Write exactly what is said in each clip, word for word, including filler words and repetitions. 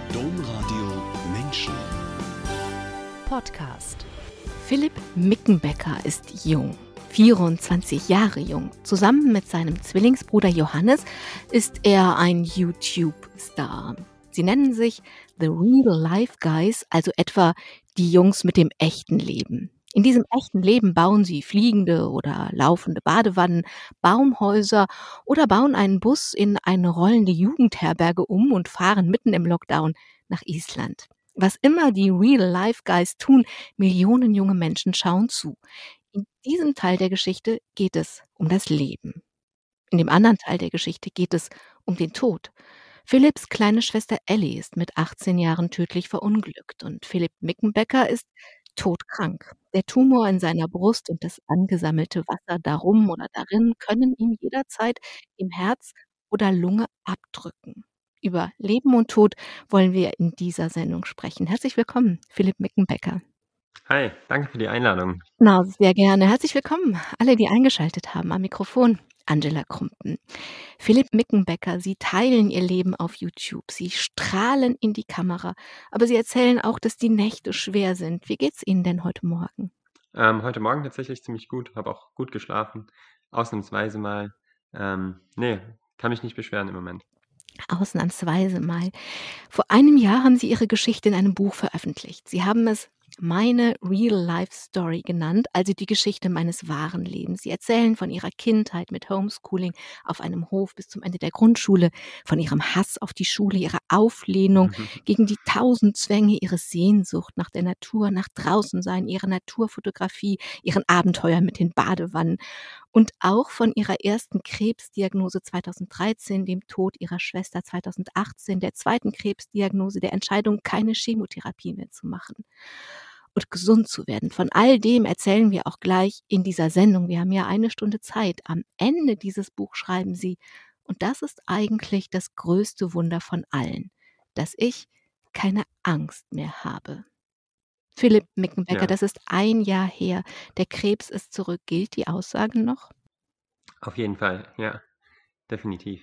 Domradio Menschen Podcast. Philipp Mickenbecker ist jung, vierundzwanzig Jahre jung. Zusammen mit seinem Zwillingsbruder Johannes ist er ein YouTube-Star. Sie nennen sich The Real Life Guys, also etwa die Jungs mit dem echten Leben. In diesem echten Leben bauen sie fliegende oder laufende Badewannen, Baumhäuser oder bauen einen Bus in eine rollende Jugendherberge um und fahren mitten im Lockdown nach Island. Was immer die Real-Life-Guys tun, Millionen junge Menschen schauen zu. In diesem Teil der Geschichte geht es um das Leben. In dem anderen Teil der Geschichte geht es um den Tod. Philipps kleine Schwester Ellie ist mit achtzehn Jahren tödlich verunglückt und Philipp Mickenbecker ist todkrank. Der Tumor in seiner Brust und das angesammelte Wasser darum oder darin können ihn jederzeit im Herz oder Lunge abdrücken. Über Leben und Tod wollen wir in dieser Sendung sprechen. Herzlich willkommen, Philipp Mickenbecker. Hi, danke für die Einladung. Na, sehr gerne. Herzlich willkommen, alle, die eingeschaltet haben. Am Mikrofon Angela Krumpen. Philipp Mickenbecker, Sie teilen Ihr Leben auf YouTube. Sie strahlen in die Kamera. Aber Sie erzählen auch, dass die Nächte schwer sind. Wie geht's Ihnen denn heute Morgen? Ähm, heute Morgen tatsächlich ziemlich gut, habe auch gut geschlafen, ausnahmsweise mal. Ähm, ne, kann mich nicht beschweren im Moment. Ausnahmsweise mal. Vor einem Jahr haben Sie Ihre Geschichte in einem Buch veröffentlicht. Sie haben es meine Real-Life-Story genannt, also die Geschichte meines wahren Lebens. Sie erzählen von Ihrer Kindheit mit Homeschooling auf einem Hof bis zum Ende der Grundschule, von Ihrem Hass auf die Schule, Ihrer Auflehnung gegen die tausend Zwänge, Ihre Sehnsucht nach der Natur, nach draußen sein, Ihre Naturfotografie, Ihren Abenteuer mit den Badewannen und auch von Ihrer ersten Krebsdiagnose zweitausenddreizehn, dem Tod Ihrer Schwester zweitausendachtzehn, der zweiten Krebsdiagnose, der Entscheidung, keine Chemotherapie mehr zu machen und gesund zu werden. Von all dem erzählen wir auch gleich in dieser Sendung. Wir haben ja eine Stunde Zeit. Am Ende dieses Buch schreiben Sie, und das ist eigentlich das größte Wunder von allen, dass ich keine Angst mehr habe. Philipp Mickenbecker, Ja. das ist ein Jahr her. Der Krebs ist zurück. Gilt die Aussage noch? Auf jeden Fall, ja, definitiv.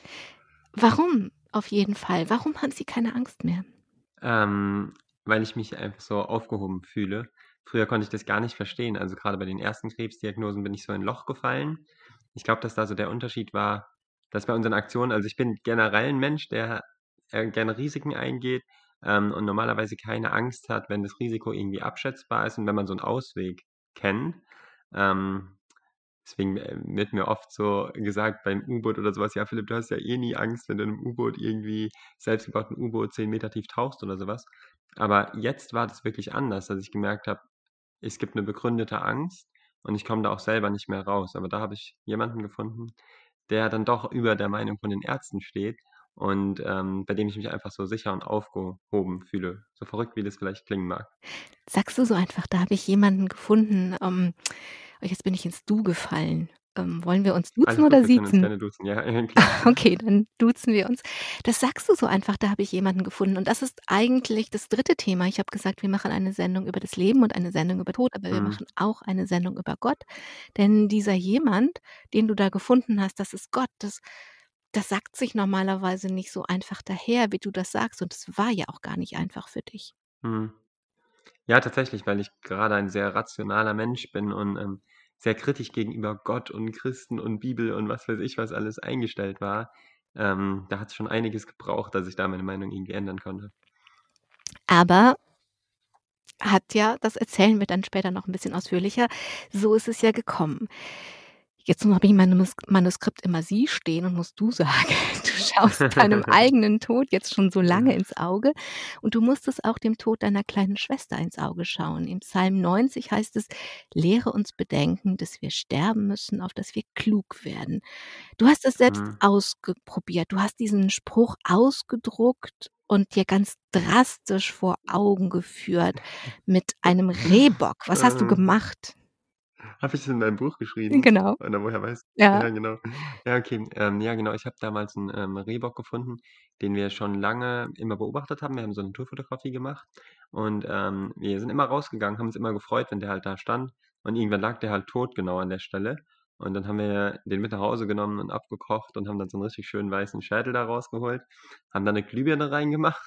Warum auf jeden Fall? Warum haben Sie keine Angst mehr? Ähm, weil ich mich einfach so aufgehoben fühle. Früher konnte ich das gar nicht verstehen. Also gerade bei den ersten Krebsdiagnosen bin ich so in 'n Loch gefallen. Ich glaube, dass da so der Unterschied war, dass bei unseren Aktionen also ich bin generell 'n Mensch, der, äh, gerne Risiken eingeht, ähm, und normalerweise keine Angst hat, wenn das Risiko irgendwie abschätzbar ist und wenn man so 'n Ausweg kennt. Ähm, deswegen, äh, wird mir oft so gesagt beim U-Boot oder so was: „Ja, Philipp, du hast ja eh nie Angst, wenn du in 'nem U-Boot irgendwie selbstgebauten U-Boot zehn Meter tief tauchst“ oder so was. Aber jetzt war das wirklich anders, dass ich gemerkt habe, es gibt 'ne begründete Angst und ich komme da auch selber nicht mehr raus. Aber da habe ich jemanden gefunden, der dann doch über der Meinung von den Ärzten steht und, ähm, bei dem ich mich einfach so sicher und aufgehoben fühle, so verrückt wie das vielleicht klingen mag. Sagst du so einfach: „Da habe ich jemanden gefunden“, ähm, jetzt bin ich ins Du gefallen. Ähm, wollen wir uns duzen Alles gut, oder wir können uns siezen? gerne duzen. Ja, ja klar. Okay, dann duzen wir uns. Das sagst du so einfach: „Da habe ich jemanden gefunden.“ Und das ist eigentlich das dritte Thema. Ich habe gesagt, wir machen eine Sendung über das Leben und eine Sendung über Tod, aber wir Mhm. machen auch eine Sendung über Gott. Denn dieser jemand, den du da gefunden hast, das ist Gott. Das das sagt sich normalerweise nicht so einfach daher, wie du das sagst. Und es war ja auch gar nicht einfach für dich. Mhm. Ja, tatsächlich, weil ich gerade ein sehr rationaler Mensch bin und, ähm, sehr kritisch gegenüber Gott und Christen und Bibel und was weiß ich was alles eingestellt war. Ähm, da hat's schon einiges gebraucht, dass ich da meine Meinung irgendwie ändern konnte. Aber hat ja das erzählen wir dann später noch 'n bisschen ausführlicher. So ist es ja gekommen. Jetzt habe ich in meinem Mus Manuskript immer Sie stehen und muss du sagen. Du schaust deinem eigenen Tod jetzt schon so lange ins Auge und du musstest auch dem Tod deiner kleinen Schwester ins Auge schauen. Im Psalm neunzig heißt es: „Lehre uns bedenken, dass wir sterben müssen, auf dass wir klug werden.“ Du hast es selbst Mhm. ausgeprobiert. Du hast diesen Spruch ausgedruckt und dir ganz drastisch vor Augen geführt mit einem Rehbock. Was hast du Äh. gemacht? Habe ich das in meinem Buch geschrieben? Genau. Oder woher weißt Ja. ja, genau. Ja, okay. Ähm, ja, genau, ich habe damals 'n, ähm, Rehbock gefunden, den wir schon lange immer beobachtet haben. Wir haben so Naturfotografie gemacht und, ähm, wir sind immer rausgegangen, haben uns immer gefreut, wenn der halt da stand und irgendwann lag der halt tot genau an der Stelle. Und dann haben wir den mit nach Hause genommen und abgekocht und haben dann so 'n richtig schönen weißen Schädel da rausgeholt, haben da 'ne Glühbirne reingemacht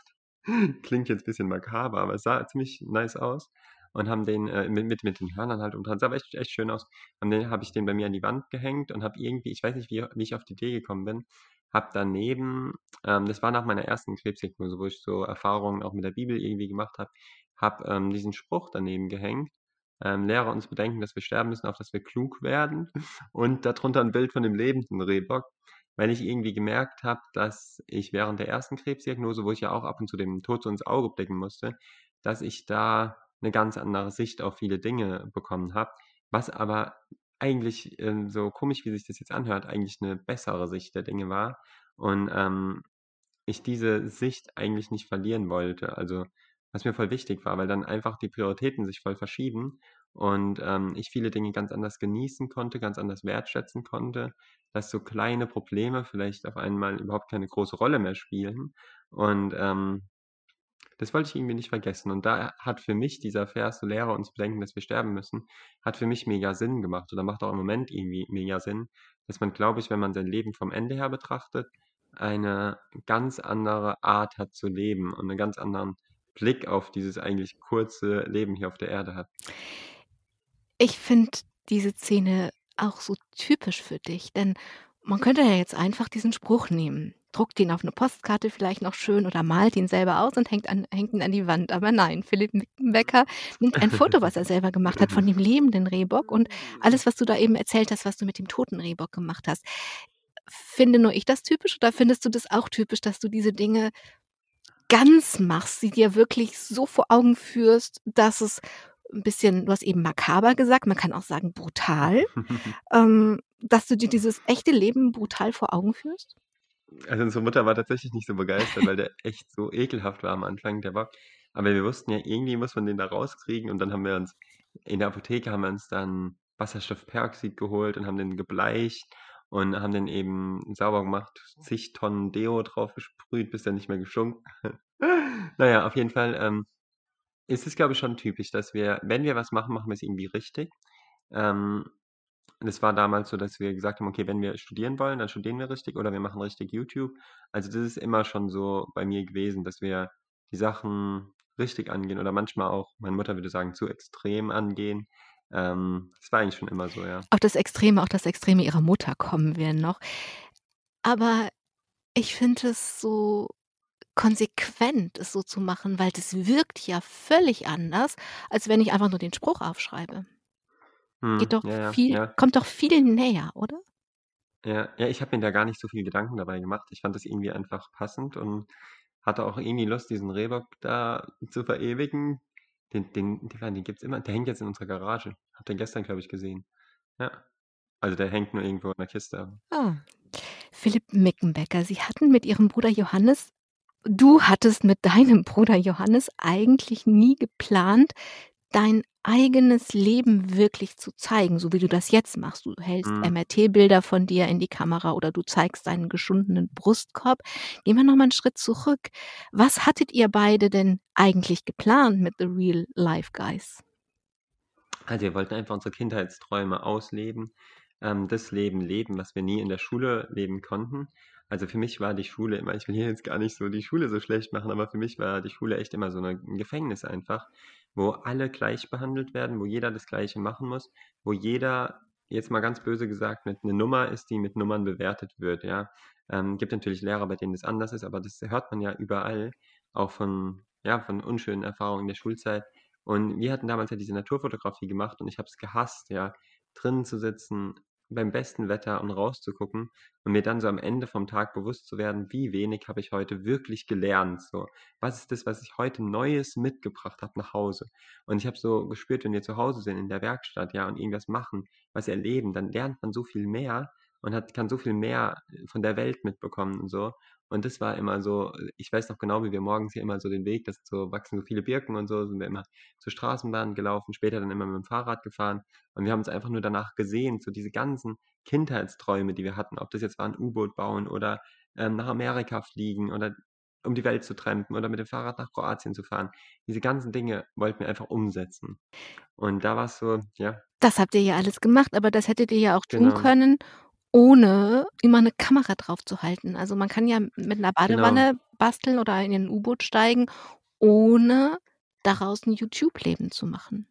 Klingt jetzt ein bisschen makaber, aber es sah ziemlich nice aus und haben den, äh, mit mit mit den Hörnern halt und dran. Sah aber echt echt schön aus. Und den habe ich den bei mir an die Wand gehängt und habe irgendwie ich weiß nicht, wie wie ich auf die Idee gekommen bin, habe daneben ähm, das war nach meiner ersten Krebsdiagnose, wo ich so Erfahrungen auch mit der Bibel irgendwie gemacht habe, habe, ähm, diesen Spruch daneben gehängt, ähm: „Lehre uns bedenken, dass wir sterben müssen, auf dass wir klug werden.“ Und darunter ein Bild von dem lebenden Rehbock, weil ich irgendwie gemerkt habe, dass ich während der ersten Krebsdiagnose, wo ich ja auch ab und zu dem Tod so ins Auge blicken musste, dass ich da 'ne ganz andere Sicht auf viele Dinge bekommen habe, was aber eigentlich, ähm, so komisch, wie sich das jetzt anhört, eigentlich 'ne bessere Sicht der Dinge war und, ähm, ich diese Sicht eigentlich nicht verlieren wollte. Also, was mir voll wichtig war, weil dann einfach die Prioritäten sich voll verschieben und, ähm, ich viele Dinge ganz anders genießen konnte, ganz anders wertschätzen konnte, dass so kleine Probleme vielleicht auf einmal überhaupt keine große Rolle mehr spielen. Und, ähm, das wollte ich irgendwie nicht vergessen. Und da hat für mich dieser Vers: „So lehre uns bedenken, dass wir sterben müssen“, hat für mich mega Sinn gemacht oder macht auch im Moment irgendwie mega Sinn, dass man, glaube ich, wenn man sein Leben vom Ende her betrachtet, eine ganz andere Art hat zu leben und 'nen ganz anderen Blick auf dieses eigentlich kurze Leben hier auf der Erde hat. Ich finde diese Szene auch so typisch für dich, denn man könnte ja jetzt einfach diesen Spruch nehmen, druckt ihn auf 'ne Postkarte vielleicht noch schön oder malt ihn selber aus und hängt an hängt ihn an die Wand. Aber nein, Philipp Mickenbecker nimmt ein Foto, was er selber gemacht hat von dem lebenden Rehbock und alles, was du da eben erzählt hast, was du mit dem toten Rehbock gemacht hast. Finde nur ich das typisch oder findest du das auch typisch, dass du diese Dinge ganz machst, sie dir wirklich so vor Augen führst, dass es 'n bisschen du hast eben makaber gesagt, man kann auch sagen brutal, ähm, dass du dir dieses echte Leben brutal vor Augen führst? Also, unsere Mutter war tatsächlich nicht so begeistert, weil der echt so ekelhaft war am Anfang, der Bock. Aber wir wussten ja, irgendwie muss man den da rauskriegen und dann haben wir uns in der Apotheke haben wir uns dann Wasserstoffperoxid geholt und haben den gebleicht und haben den eben sauber gemacht, zig Tonnen Deo drauf gesprüht, bis der nicht mehr gestunken hat. Na ja, auf jeden Fall, ähm, ist es, glaube ich, schon typisch, dass wir wenn wir was machen, machen wir's irgendwie richtig. Ähm, und es war damals so, dass wir gesagt haben: „Okay, wenn wir studieren wollen, dann studieren wir richtig oder wir machen richtig YouTube.“ Also, das ist immer schon so bei mir gewesen, dass wir die Sachen richtig angehen oder manchmal auch, meine Mutter würde sagen, zu extrem angehen. Ähm, das war eigentlich schon immer so, ja. Auf das Extreme auf das Extreme ihrer Mutter kommen wir noch. Aber ich finde es so konsequent, es so zu machen, weil das wirkt ja völlig anders, als wenn ich einfach nur den Spruch aufschreibe. Geht Mhm. doch Ja, ja, viel ja. kommt doch viel näher, oder? Ja, ja, ich habe mir da gar nicht so viel Gedanken dabei gemacht. Ich fand das irgendwie einfach passend und hatte auch irgendwie Lust, diesen Rehbock da zu verewigen. Den den den den gibt's immer der hängt jetzt in unserer Garage. Habe den gestern, glaube ich, gesehen. Ja. Also, der hängt nur irgendwo in 'ner Kiste. Ah. Philipp Mickenbecker, Sie hatten mit Ihrem Bruder Johannes du hattest mit deinem Bruder Johannes eigentlich nie geplant, dein eigenes Leben wirklich zu zeigen, so wie du das jetzt machst. Du hältst Mhm. M R T-Bilder von dir in die Kamera oder du zeigst deinen geschundenen Brustkorb. Gehen wir noch mal 'n Schritt zurück. Was hattet ihr beide denn eigentlich geplant mit „The Real Life Guys“? Also, wir wollten einfach unsere Kindheitsträume ausleben, ähm, das Leben leben, was wir nie in der Schule leben konnten. Also, für mich war die Schule immer ich will hier jetzt gar nicht so die Schule so schlecht machen, aber für mich war die Schule echt immer so 'ne 'n Gefängnis einfach, wo alle gleich behandelt werden, wo jeder das Gleiche machen muss, wo jeder, jetzt mal ganz böse gesagt, mit 'ne Nummer ist, die mit Nummern bewertet wird, ja? Ähm, gibt natürlich Lehrer, bei denen das anders ist, aber das hört man ja überall, auch von ja, von unschönen Erfahrungen in der Schulzeit. Und wir hatten damals ja diese Naturfotografie gemacht und ich habe es gehasst, ja, drinnen zu sitzen, beim besten Wetter und rauszugucken und mir dann so am Ende vom Tag bewusst zu werden: „Wie wenig habe ich heute wirklich gelernt“, so. Was ist das, was ich heute Neues mitgebracht habe nach Hause? Und ich habe so gespürt, wenn wir zu Hause sind in der Werkstatt, ja, und irgendwas machen, was erleben, dann lernt man so viel mehr und hat kann so viel mehr, äh, von der Welt mitbekommen und so. Und das war immer so ich weiß noch genau, wie wir morgens hier immer so den Weg das so wachsen so viele Birken und so, sind wir immer zur Straßenbahn gelaufen, später dann immer mit'm Fahrrad gefahren. Und wir haben uns einfach nur danach gesehnt, so diese ganzen Kindheitsträume, die wir hatten, ob das jetzt war 'n U-Boot bauen oder, ähm, nach Amerika fliegen oder um die Welt zu trampen oder mit dem Fahrrad nach Kroatien zu fahren. Diese ganzen Dinge wollten wir einfach umsetzen. Und da war's so ja. Das habt ihr ja alles gemacht, aber das hättet ihr ja auch tun Genau. können, ohne immer 'ne Kamera drauf zu halten. Also, man kann ja mit 'ner Genau. Badewanne basteln oder in ein U-Boot steigen, ohne daraus 'n YouTube-Leben zu machen.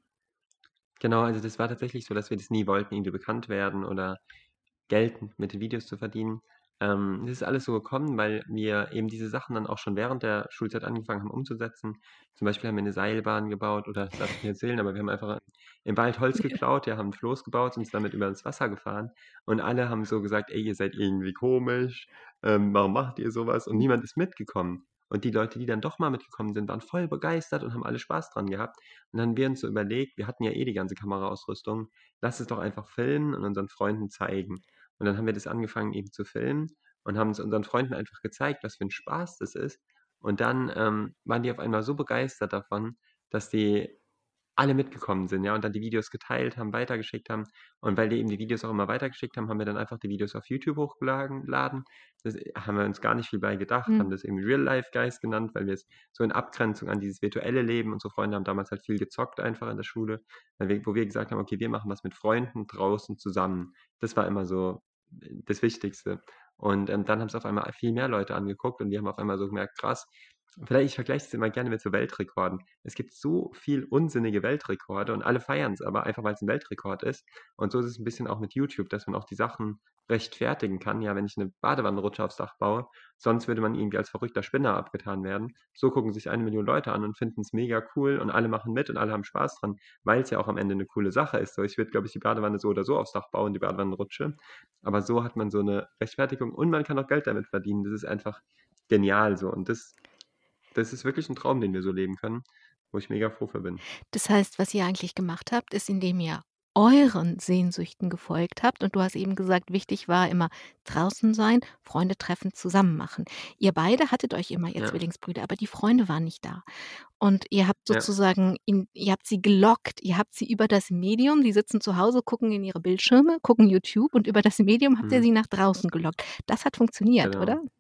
Genau, also das war tatsächlich so, dass wir das nie wollten, irgendwie bekannt werden oder Geld mit den Videos zu verdienen. Ähm, das ist alles so gekommen, weil wir eben diese Sachen dann auch schon während der Schulzeit angefangen haben umzusetzen. Zum Beispiel haben wir 'ne Seilbahn gebaut oder das darf ich nicht erzählen, aber wir haben einfach im Wald Holz Ja. geklaut, ja, haben 'n Floß gebaut, sind damit über das Wasser gefahren und alle haben so gesagt: „Ey, ihr seid irgendwie komisch, ähm, warum macht ihr so was?“ Und Mhm. niemand ist mitgekommen. Und die Leute, die dann doch mal mitgekommen sind, waren voll begeistert und haben alle Spaß dran gehabt. Und dann haben wir uns so überlegt, wir hatten ja eh die ganze Kameraausrüstung: „Lass es doch einfach filmen und unseren Freunden zeigen.“ Und dann haben wir das angefangen eben zu filmen und haben es unseren Freunden einfach gezeigt, was für 'n Spaß das ist. Und dann, ähm, waren die auf einmal so begeistert davon, dass die alle mitgekommen sind, ja, und dann die Videos geteilt haben, weitergeschickt haben. Und weil die eben die Videos auch immer weitergeschickt haben, haben wir dann einfach die Videos auf YouTube hochgeladen laden. Das haben wir uns gar nicht viel bei gedacht, haben Mhm. das irgendwie Real Life Guys genannt, weil wir's so in Abgrenzung an dieses virtuelle Leben unsere Freunde haben damals halt viel gezockt einfach in der Schule, weil wir wo wir gesagt haben: „Okay, wir machen was mit Freunden draußen zusammen.“ Das war immer so, äh, das Wichtigste. Und, ähm, dann haben's auf einmal viel mehr Leute angeguckt und die haben auf einmal so gemerkt: „Krass“. Vielleicht ich vergleiche das immer gerne mit so Weltrekorden. Es gibt so viel unsinnige Weltrekorde und alle feiern's aber einfach, weil's 'n Weltrekord ist. Und so ist es 'n bisschen auch mit YouTube, dass man auch die Sachen rechtfertigen kann. Ja, wenn ich 'ne Badewannenrutsche aufs Dach baue, sonst würde man irgendwie als verrückter Spinner abgetan werden. So gucken sich eine Million Leute an und finden's mega cool und alle machen mit und alle haben Spaß dran, weil's ja auch am Ende 'ne coole Sache ist. So, ich würde, glaube ich, die Badewanne so oder so aufs Dach bauen, die Badewannenrutsche. Aber so hat man so 'ne Rechtfertigung und man kann auch Geld damit verdienen. Das ist einfach genial so. Und das das ist wirklich 'n Traum, den wir so leben können, wo ich mega froh für bin. Das heißt, was ihr eigentlich gemacht habt, ist, indem ihr euren Sehnsüchten gefolgt habt und du hast eben gesagt, wichtig war immer draußen sein, Freunde treffen, zusammen machen. Ihr beide hattet euch immer, ihr Ja. Zwillingsbrüder, aber die Freunde waren nicht da. Und ihr habt Ja. sozusagen ihn ihr habt sie gelockt, ihr habt sie über das Medium die sitzen zu Hause, gucken in ihre Bildschirme, gucken YouTube und über das Medium habt ihr Mhm. sie nach draußen gelockt. Das hat funktioniert, Genau. oder?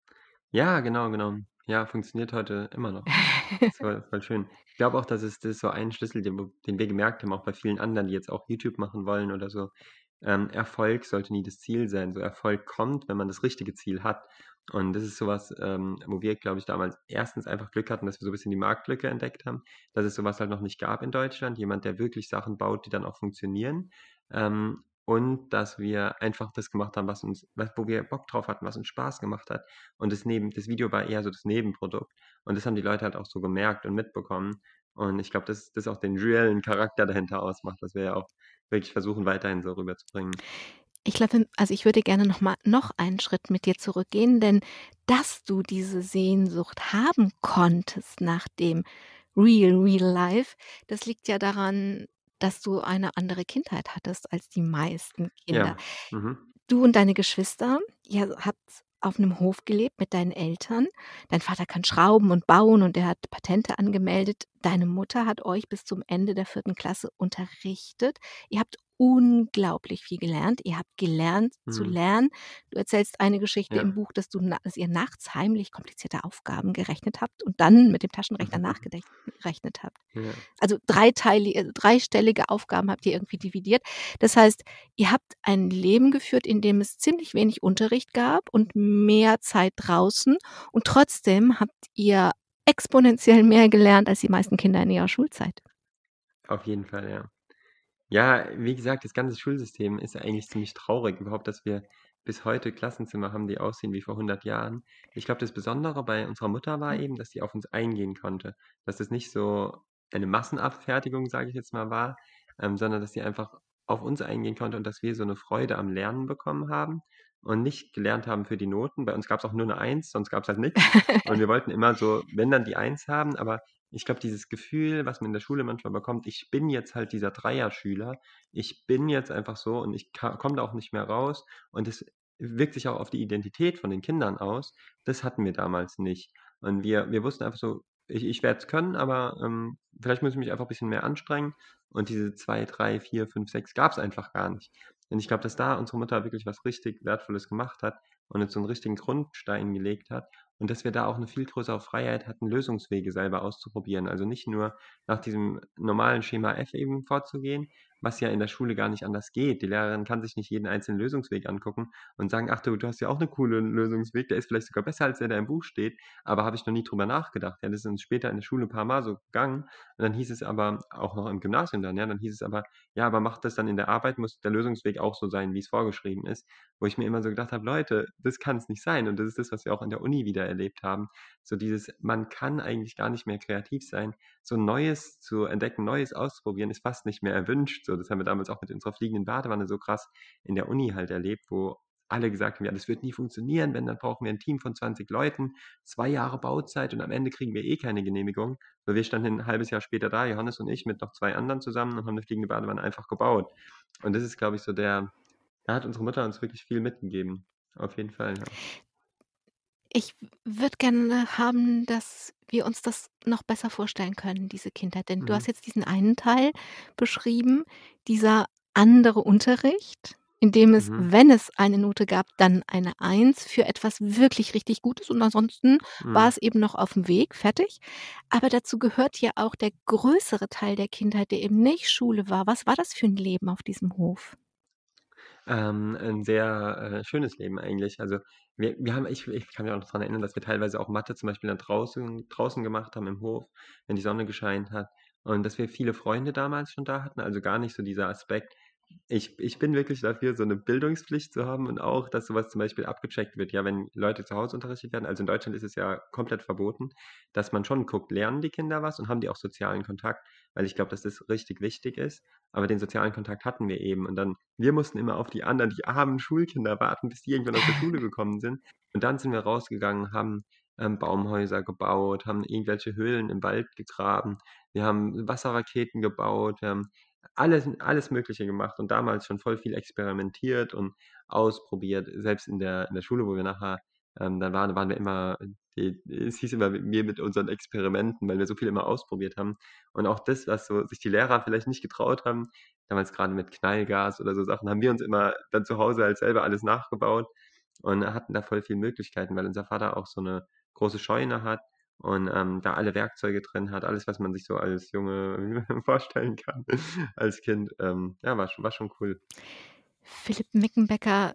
Ja, genau, genau. Ja, funktioniert heute immer noch. Ist voll voll schön. Ich glaube auch, dass es das ist so ein Schlüssel, den w den wir gemerkt haben, auch bei vielen anderen, die jetzt auch YouTube machen wollen oder so. Ähm, Erfolg sollte nie das Ziel sein. So Erfolg kommt, wenn man das richtige Ziel hat. Und das ist so was, ähm, wo wir, glaube ich, damals erstens einfach Glück hatten, dass wir so 'n bisschen die Marktlücke entdeckt haben, dass es so was halt noch nicht gab in Deutschland. Jemand, der wirklich Sachen baut, die dann auch funktionieren. Ähm, und dass wir einfach das gemacht haben, was uns was wo wir Bock drauf hatten, was uns Spaß gemacht hat. Und das neben das Video war eher so das Nebenprodukt. Und das haben die Leute halt auch so gemerkt und mitbekommen. Und ich glaube, dass das auch den realen Charakter dahinter ausmacht, was wir ja auch wirklich versuchen, weiterhin so rüberzubringen. Ich glaube, also, ich würde gerne noch mal noch einen Schritt mit dir zurückgehen, denn dass du diese Sehnsucht haben konntest nach dem Real, Real Life, das liegt ja daran, dass du eine andere Kindheit hattest als die meisten Kinder. Ja, mhm. Du und deine Geschwister, ihr habt auf 'nem Hof gelebt mit deinen Eltern. Dein Vater kann schrauben und bauen und er hat Patente angemeldet. Deine Mutter hat euch bis zum Ende der vierten Klasse unterrichtet. Ihr habt unglaublich viel gelernt. Ihr habt gelernt zu Mhm. lernen. Du erzählst eine Geschichte im Ja. Buch, dass du na dass ihr nachts heimlich komplizierte Aufgaben gerechnet habt und dann mit dem Taschenrechner nachgedech rechnet habt. Ja. Also, dreiteili äh, dreistellige Aufgaben habt ihr irgendwie dividiert. Das heißt, ihr habt ein Leben geführt, in dem es ziemlich wenig Unterricht gab und mehr Zeit draußen. Und trotzdem habt ihr exponentiell mehr gelernt als die meisten Kinder in ihrer Schulzeit. Auf jeden Fall, ja. Ja, wie gesagt, das ganze Schulsystem ist ja eigentlich ziemlich traurig überhaupt, dass wir bis heute Klassenzimmer haben, die aussehen wie vor hundert Jahren. Ich glaube, das Besondere bei unserer Mutter war Mhm. eben, dass sie auf uns eingehen konnte, dass das nicht so eine Massenabfertigung, sage ich jetzt mal, war, ähm, sondern dass sie einfach auf uns eingehen konnte und dass wir so 'ne Freude am Lernen bekommen haben und nicht gelernt haben für die Noten. Bei uns gab's auch nur 'ne Eins, sonst gab's halt nix. Und wir wollten immer so, wenn dann die Eins haben, aber ich glaube, dieses Gefühl, was man in der Schule manchmal bekommt: „Ich bin jetzt halt dieser Dreier-Schüler. Ich bin jetzt einfach so und ich ka komme da auch nicht mehr raus.“ Und das wirkt sich auch auf die Identität von den Kindern aus. Das hatten wir damals nicht. Und wir wir wussten einfach so: „Ich ich werde es können, aber, ähm, vielleicht muss ich mich einfach bisschen mehr anstrengen.“ Und diese zwei, drei, vier, fünf, sechs gab's einfach gar nicht. Und ich glaube, dass da unsere Mutter wirklich was richtig Wertvolles gemacht hat und uns so 'n richtigen Grundstein gelegt hat. und dass wir da auch eine viel größere Freiheit hatten, Lösungswege selber auszuprobieren. Also nicht nur nach diesem normalen Schema F eben vorzugehen, was ja in der Schule gar nicht anders geht. Die Lehrerin kann sich nicht jeden einzelnen Lösungsweg angucken und sagen: „Ach du, du hast ja auch 'ne coole Lösungsweg, der ist vielleicht sogar besser als der, der im Buch steht, aber habe ich noch nie drüber nachgedacht.“ Ja, das ist uns später in der Schule 'n paar Mal so gegangen und dann hieß es aber auch noch im Gymnasium dann, ja, dann hieß es aber: „Ja, aber macht das dann in der Arbeit, muss der Lösungsweg auch so sein, wie's vorgeschrieben ist.“ Wo ich mir immer so gedacht habe: „Leute, das kann's nicht sein.“ Und das ist das, was wir auch an der Uni wieder erlebt haben. So dieses, man kann eigentlich gar nicht mehr kreativ sein. So Neues zu entdecken, Neues auszuprobieren, ist fast nicht mehr erwünscht. So, das haben wir damals auch mit unserer fliegenden Badewanne so krass in der Uni halt erlebt, wo alle gesagt haben: „Ja, das wird nie funktionieren. Wenn, dann brauchen wir ein Team von zwanzig Leuten, zwei Jahre Bauzeit und am Ende kriegen wir eh keine Genehmigung.“ Weil wir standen ein halbes Jahr später da, Johannes und ich, mit noch zwei anderen zusammen und haben 'ne fliegende Badewanne einfach gebaut. Und das ist, glaube ich, so der da hat unsere Mutter uns wirklich viel mitgegeben. Auf jeden Fall, ja. Ich würde gerne haben, dass wir uns das noch besser vorstellen können, diese Kindheit. Denn du Mhm. hast jetzt diesen einen Teil beschrieben, dieser andere Unterricht, in dem es, Mhm. wenn es eine Note gab, dann eine Eins für etwas wirklich richtig Gutes und ansonsten war Mhm. es eben noch aufm Weg, fertig. Aber dazu gehört ja auch der größere Teil der Kindheit, der eben nicht Schule war. Was war das für 'n Leben auf diesem Hof? Ähm, 'n sehr, äh, schönes Leben eigentlich. Also, wir wir haben ich ich kann mich auch noch dran erinnern, dass wir teilweise auch Mathe zum Beispiel dann draußen draußen gemacht haben im Hof, wenn die Sonne gescheint hat und dass wir viele Freunde damals schon da hatten, also gar nicht so dieser Aspekt. Ich ich bin wirklich dafür, so 'ne Bildungspflicht zu haben und auch, dass so was zum Beispiel abgecheckt wird. Ja, wenn Leute zu Hause unterrichtet werden, also in Deutschland ist es ja komplett verboten, dass man schon guckt, lernen die Kinder was und haben die auch sozialen Kontakt? Weil ich glaube, dass das richtig wichtig ist, aber den sozialen Kontakt hatten wir eben und dann wir mussten immer auf die anderen, die armen Schulkinder warten, bis die irgendwann aus der Schule gekommen sind und dann sind wir rausgegangen, haben, ähm, Baumhäuser gebaut, haben irgendwelche Höhlen im Wald gegraben. Wir haben Wasserraketen gebaut, wir haben alles alles Mögliche gemacht und damals schon voll viel experimentiert und ausprobiert. Selbst in der in der Schule, wo wir nachher, ähm, dann waren, waren wir immer die es hieß immer, wir mit unseren Experimenten, weil wir so viel immer ausprobiert haben. Und auch das, was so sich die Lehrer vielleicht nicht getraut haben, damals grade mit Knallgas oder so Sachen, haben wir uns immer dann zu Hause halt selber alles nachgebaut und hatten da voll viel Möglichkeiten, weil unser Vater auch so 'ne große Scheune hat und, ähm, da alle Werkzeuge drin hat, alles, was man sich so als Junge vorstellen kann als Kind. Ähm, ja, war schon war schon cool. Philipp Mickenbecker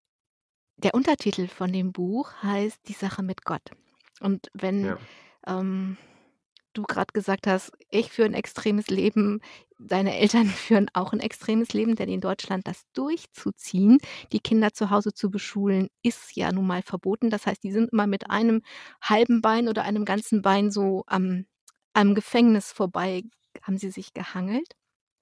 der Untertitel von dem Buch heißt „Die Sache mit Gott“. Und wenn, Ja. ähm, du grad gesagt hast: „Ich führe 'n extremes Leben“, deine Eltern führen auch 'n extremes Leben, denn in Deutschland das durchzuziehen, die Kinder zu Hause zu beschulen, ist ja nun mal verboten. Das heißt, die sind immer mit einem halben Bein oder einem ganzen Bein so am am Gefängnis vorbei haben sie sich gehangelt.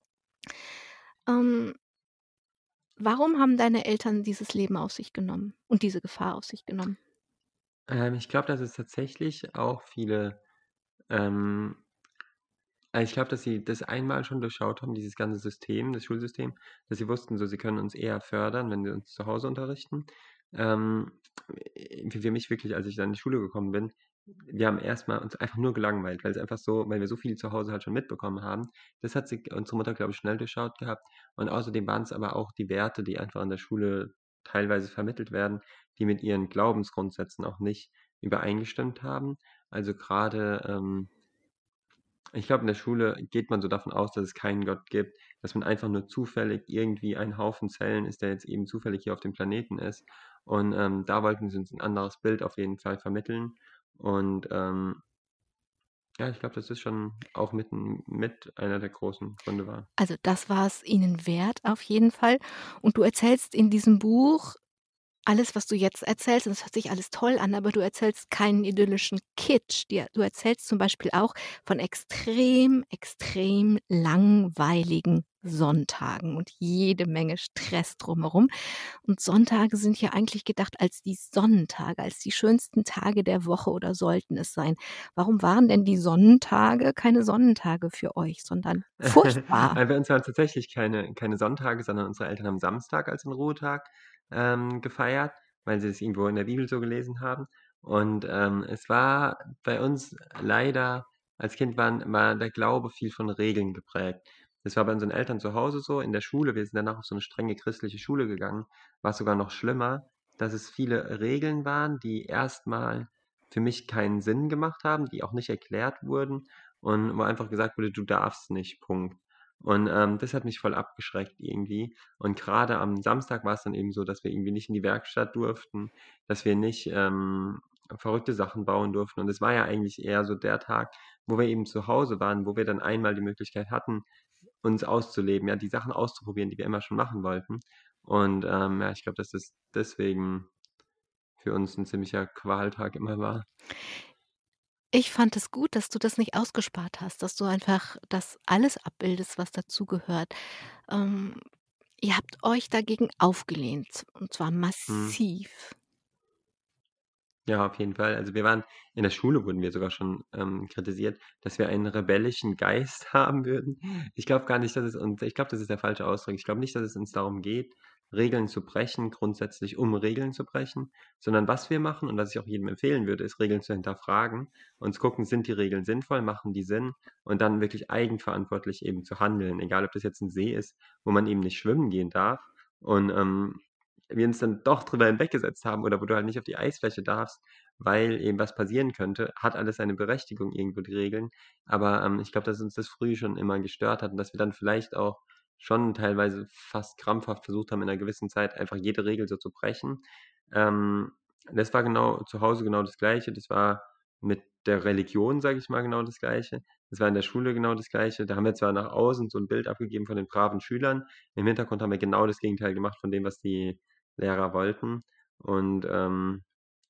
Ähm warum haben deine Eltern dieses Leben auf sich genommen und diese Gefahr auf sich genommen? Ähm, ich glaube, dass es tatsächlich auch viele, ähm äh, ich glaube, dass sie das einmal schon durchschaut haben, dieses ganze System, das Schulsystem, dass sie wussten, so, sie können uns eher fördern, wenn wir uns zu Hause unterrichten. Ähm, äh, für mich wirklich, als ich dann in die Schule gekommen bin, wir haben erst mal uns einfach nur gelangweilt, weil's einfach so weil wir so viel zu Hause halt schon mitbekommen haben. Das hat sie unsere Mutter, glaube ich, schnell durchschaut gehabt und außerdem waren's aber auch die Werte, die einfach an der Schule teilweise vermittelt werden, die mit ihren Glaubensgrundsätzen auch nicht übereingestimmt haben. Also, grade, ähm ich glaube, in der Schule geht man so davon aus, dass es keinen Gott gibt, dass man einfach nur zufällig irgendwie ein Haufen Zellen ist, der jetzt eben zufällig hier auf dem Planeten ist. Und, ähm, da wollten sie uns 'n anderes Bild auf jeden Fall vermitteln. Und, ähm ja, ich glaube, dass das schon auch mit 'n mit einer der großen Gründe war. Also, das war's ihnen wert auf jeden Fall. Und du erzählst in diesem Buch alles, was du jetzt erzählst, und das hört sich alles toll an, aber du erzählst keinen idyllischen Kitsch. Dir du erzählst zum Beispiel auch von extrem, extrem langweiligen Sonntagen und jede Menge Stress drumherum. Und Sonntage sind ja eigentlich gedacht als die Sonnentage, als die schönsten Tage der Woche oder sollten es sein. Warum waren denn die Sonnentage keine Sonnentage für euch, sondern furchtbar? Äh, bei uns waren's tatsächlich keine keine Sonntage, sondern unsere Eltern haben Samstag als 'n Ruhetag, ähm, gefeiert, weil sie es irgendwo in der Bibel so gelesen haben. Und, ähm, es war bei uns leider als Kind waren war der Glaube viel von Regeln geprägt. Das war bei unseren Eltern zu Hause so, in der Schule wir sind danach auf so 'ne strenge christliche Schule gegangen, war's sogar noch schlimmer, dass es viele Regeln waren, die erst mal für mich keinen Sinn gemacht haben, die auch nicht erklärt wurden und wo einfach gesagt wurde: „Du darfst nicht, Punkt.“ Und, ähm, das hat mich voll abgeschreckt irgendwie. Und grade am Samstag war's dann eben so, dass wir irgendwie nicht in die Werkstatt durften, dass wir nicht, ähm, verrückte Sachen bauen durften. Und es war ja eigentlich eher so der Tag, wo wir eben zu Hause waren, wo wir dann einmal die Möglichkeit hatten, uns auszuleben, ja, die Sachen auszuprobieren, die wir immer schon machen wollten. Und, ähm, ja, ich glaube, dass das deswegen für uns 'n ziemlicher Qualtag immer war. Ich fand es gut, dass du das nicht ausgespart hast, dass du einfach das alles abbildest, was dazugehört. Ähm, ihr habt euch dagegen aufgelehnt und zwar Mhm. massiv. Ja, auf jeden Fall. Also, wir waren in der Schule wurden wir sogar schon, ähm, kritisiert, dass wir einen rebellischen Geist haben würden. Ich glaube gar nicht, dass es uns ich glaube, das ist der falsche Ausdruck. Ich glaube nicht, dass es uns darum geht, Regeln zu brechen, grundsätzlich um Regeln zu brechen, sondern was wir machen und was ich auch jedem empfehlen würde, ist, Regeln zu hinterfragen und zu gucken, sind die Regeln sinnvoll, machen die Sinn und dann wirklich eigenverantwortlich eben zu handeln, egal ob das jetzt 'n See ist, wo man eben nicht schwimmen gehen darf und, ähm, wir uns dann doch drüber hinweggesetzt haben oder wo du halt nicht auf die Eisfläche darfst, weil eben was passieren könnte, hat alles seine Berechtigung irgendwo, die Regeln. Aber, ähm, ich glaube, dass uns das früh schon immer gestört hat und dass wir dann vielleicht auch schon teilweise fast krampfhaft versucht haben, in 'ner gewissen Zeit einfach jede Regel so zu brechen. Ähm, das war genau zu Hause genau das Gleiche. Das war mit der Religion, sage ich mal, genau das Gleiche. Das war in der Schule genau das Gleiche. Da haben wir zwar nach außen so 'n Bild abgegeben von den braven Schülern, im Hintergrund haben wir genau das Gegenteil gemacht von dem, was die Lehrer wollten und, ähm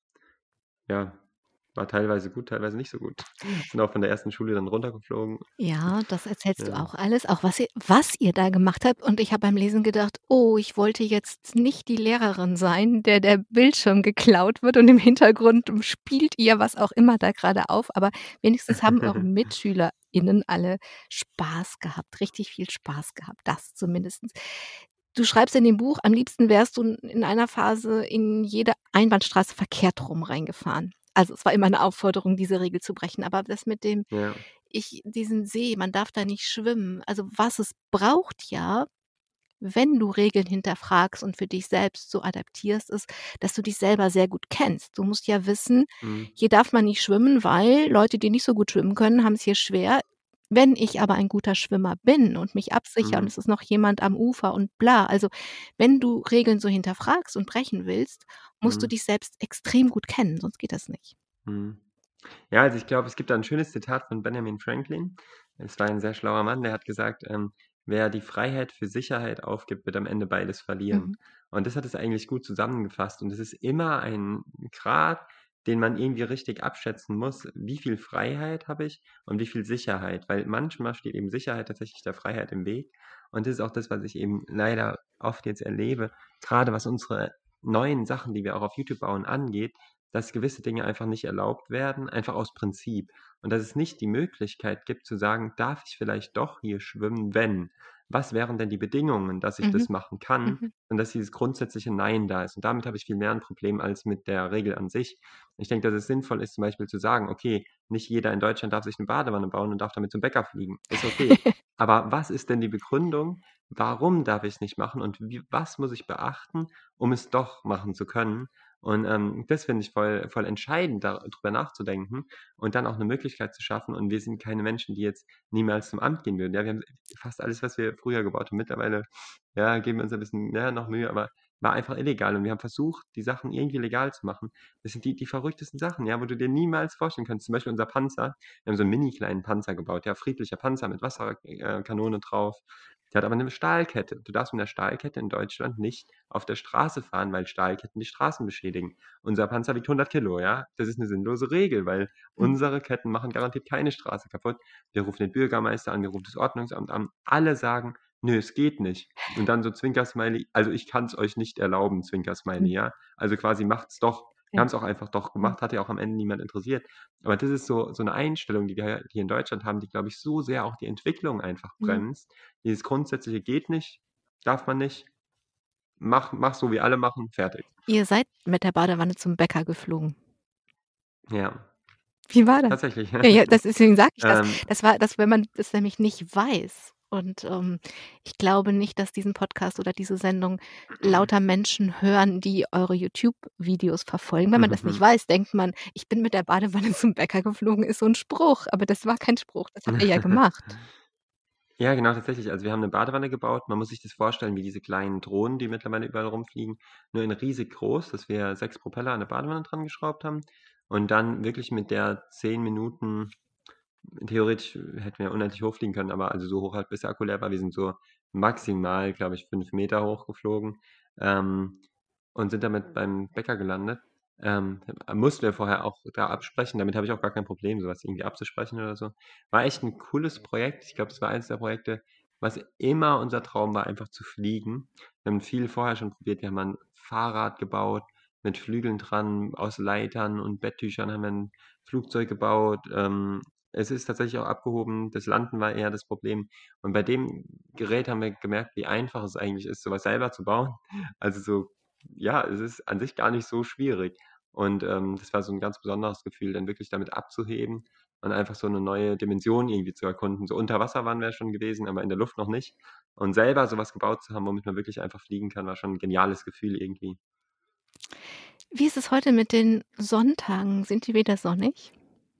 ja, war teilweise gut, teilweise nicht so gut. Sind auch von der ersten Schule dann runtergeflogen. Ja, das erzählst du Ja. auch alles, auch was ihr was ihr da gemacht habt. Und ich habe beim Lesen gedacht: „Oh, ich wollte jetzt nicht die Lehrerin sein, der der Bildschirm geklaut wird und im Hintergrund spielt ihr was auch immer da grade auf.“ Aber wenigstens haben eure MitschülerInnen alle Spaß gehabt, richtig viel Spaß gehabt, das zumindestens. Du schreibst in dem Buch, am liebsten wärst du in einer Phase in jede Einbahnstraße verkehrt rum reingefahren. Also, es war immer 'ne Aufforderung, diese Regel zu brechen. Aber das mit dem Ja. ich diesen See, man darf da nicht schwimmen. Also, was es braucht ja, wenn du Regeln hinterfragst und für dich selbst so adaptierst, ist, dass du dich selber sehr gut kennst. Du musst ja wissen, Mhm. hier darf man nicht schwimmen, weil Leute, die nicht so gut schwimmen können, haben's hier schwer. Wenn ich aber ein guter Schwimmer bin und mich absichere und Mhm. es ist noch jemand am Ufer und bla. Also, wenn du Regeln so hinterfragst und brechen willst, musst du Mhm. dich selbst extrem gut kennen, sonst geht das nicht. Mhm. Ja, also, ich glaube, es gibt da 'n schönes Zitat von Benjamin Franklin. Es war ein sehr schlauer Mann, der hat gesagt, ähm: „Wer die Freiheit für Sicherheit aufgibt, wird am Ende beides verlieren.“ Mhm. Und das hat es eigentlich gut zusammengefasst. Und es ist immer ein Grad, den man irgendwie richtig abschätzen muss. Wie viel Freiheit habe ich und wie viel Sicherheit? Weil manchmal steht eben Sicherheit tatsächlich der Freiheit im Weg. Und das ist auch das, was ich eben leider oft jetzt erlebe, grade was unsere neuen Sachen, die wir auch auf YouTube bauen, angeht, dass gewisse Dinge einfach nicht erlaubt werden, einfach aus Prinzip. Und dass es nicht die Möglichkeit gibt zu sagen: „Darf ich vielleicht doch hier schwimmen, wenn? Was wären denn die Bedingungen, dass ich Mhm. das machen kann?“ Mhm. Und dass dieses grundsätzliche Nein da ist. Und damit habe ich viel mehr 'n Problem als mit der Regel an sich. Ich denke, dass es sinnvoll ist, zum Beispiel zu sagen: „Okay, nicht jeder in Deutschland darf sich 'ne Badewanne bauen und darf damit zum Bäcker fliegen.“ Ist okay. Aber was ist denn die Begründung? Warum darf ich's nicht machen und wie was muss ich beachten, um es doch machen zu können? Und, ähm, das finde ich voll voll entscheidend, da drüber nachzudenken und dann auch 'ne Möglichkeit zu schaffen. Und wir sind keine Menschen, die jetzt niemals zum Amt gehen würden. Ja, wir haben fast alles, was wir früher gebaut haben mittlerweile, ja, geben wir uns ein bisschen, ja, noch Mühe, aber war einfach illegal. Und wir haben versucht, die Sachen irgendwie legal zu machen. Das sind die die verrücktesten Sachen, ja, wo du dir niemals vorstellen kannst. Zum Beispiel unser Panzer. Wir haben so 'n mini kleinen Panzer gebaut, ja, friedlicher Panzer mit Wasser äh, Kanone drauf. Der hat aber 'ne Stahlkette. Du darfst mit 'ner Stahlkette in Deutschland nicht auf der Straße fahren, weil Stahlketten die Straßen beschädigen. Unser Panzer wiegt hundert Kilo, ja? Das ist 'ne sinnlose Regel, weil Mhm. unsere Ketten machen garantiert keine Straße kaputt. Wir rufen den Bürgermeister an, wir rufen das Ordnungsamt an. Alle sagen: „Nö, es geht nicht.“ Und dann so Zwinker-Smiley: „Also, ich kann's euch nicht erlauben, Zwinker-Smiley, Mhm. ja? Also, quasi macht's doch.“ Wir Ja. haben's auch einfach doch Mhm. gemacht, hat ja auch am Ende niemand interessiert. Aber das ist so so 'ne Einstellung, die wir hier in Deutschland haben, die, glaube ich, so sehr auch die Entwicklung einfach Mhm. bremst. Dieses grundsätzliche geht nicht, darf man nicht. Mach mach so, wie alle machen, fertig. Ihr seid mit der Badewanne zum Bäcker geflogen? Ja. Wie war das? Tatsächlich. Ja, ja, das deswegen sage ich das. Ähm Das war das wenn man das nämlich nicht weiß Und, ähm, ich glaube nicht, dass diesen Podcast oder diese Sendung lauter Menschen hören, die eure YouTube-Videos verfolgen. Wenn man das nicht weiß, denkt man: „Ich bin mit der Badewanne zum Bäcker geflogen“, ist so 'n Spruch, aber das war kein Spruch, das habt ihr ja gemacht. Ja, genau, tatsächlich. Also, wir haben 'ne Badewanne gebaut. Man muss sich das vorstellen wie diese kleinen Drohnen, die mittlerweile überall rumfliegen, nur in riesig groß, dass wir sechs Propeller an der Badewanne dran geschraubt haben und dann wirklich mit der zehn Minuten theoretisch hätten wir unendlich hochfliegen können, aber also so hoch halt, bis der Akku leer war. Wir sind so maximal, glaube ich, fünf Meter hochgeflogen, ähm, und sind damit beim Bäcker gelandet. Ähm, mussten wir vorher auch da absprechen. Damit habe ich auch gar kein Problem, so was irgendwie abzusprechen oder so. War echt 'n cooles Projekt. Ich glaube, das war eins der Projekte, was immer unser Traum war, einfach zu fliegen. Wir haben viel vorher schon probiert. Wir haben mal 'n Fahrrad gebaut mit Flügeln dran. Aus Leitern und Betttüchern haben wir 'n Flugzeug gebaut. Ähm, es ist tatsächlich auch abgehoben. Das Landen war eher das Problem. Und bei dem Gerät haben wir gemerkt, wie einfach es eigentlich ist, so was selber zu bauen. Also so ja, es ist an sich gar nicht so schwierig. Und, ähm, das war so 'n ganz besonderes Gefühl, dann wirklich damit abzuheben und einfach so 'ne neue Dimension irgendwie zu erkunden. So unter Wasser waren wir schon gewesen, aber in der Luft noch nicht. Und selber so was gebaut zu haben, womit man wirklich einfach fliegen kann, war schon 'n geniales Gefühl irgendwie. Wie ist es heute mit den Sonntagen? Sind die wieder sonnig?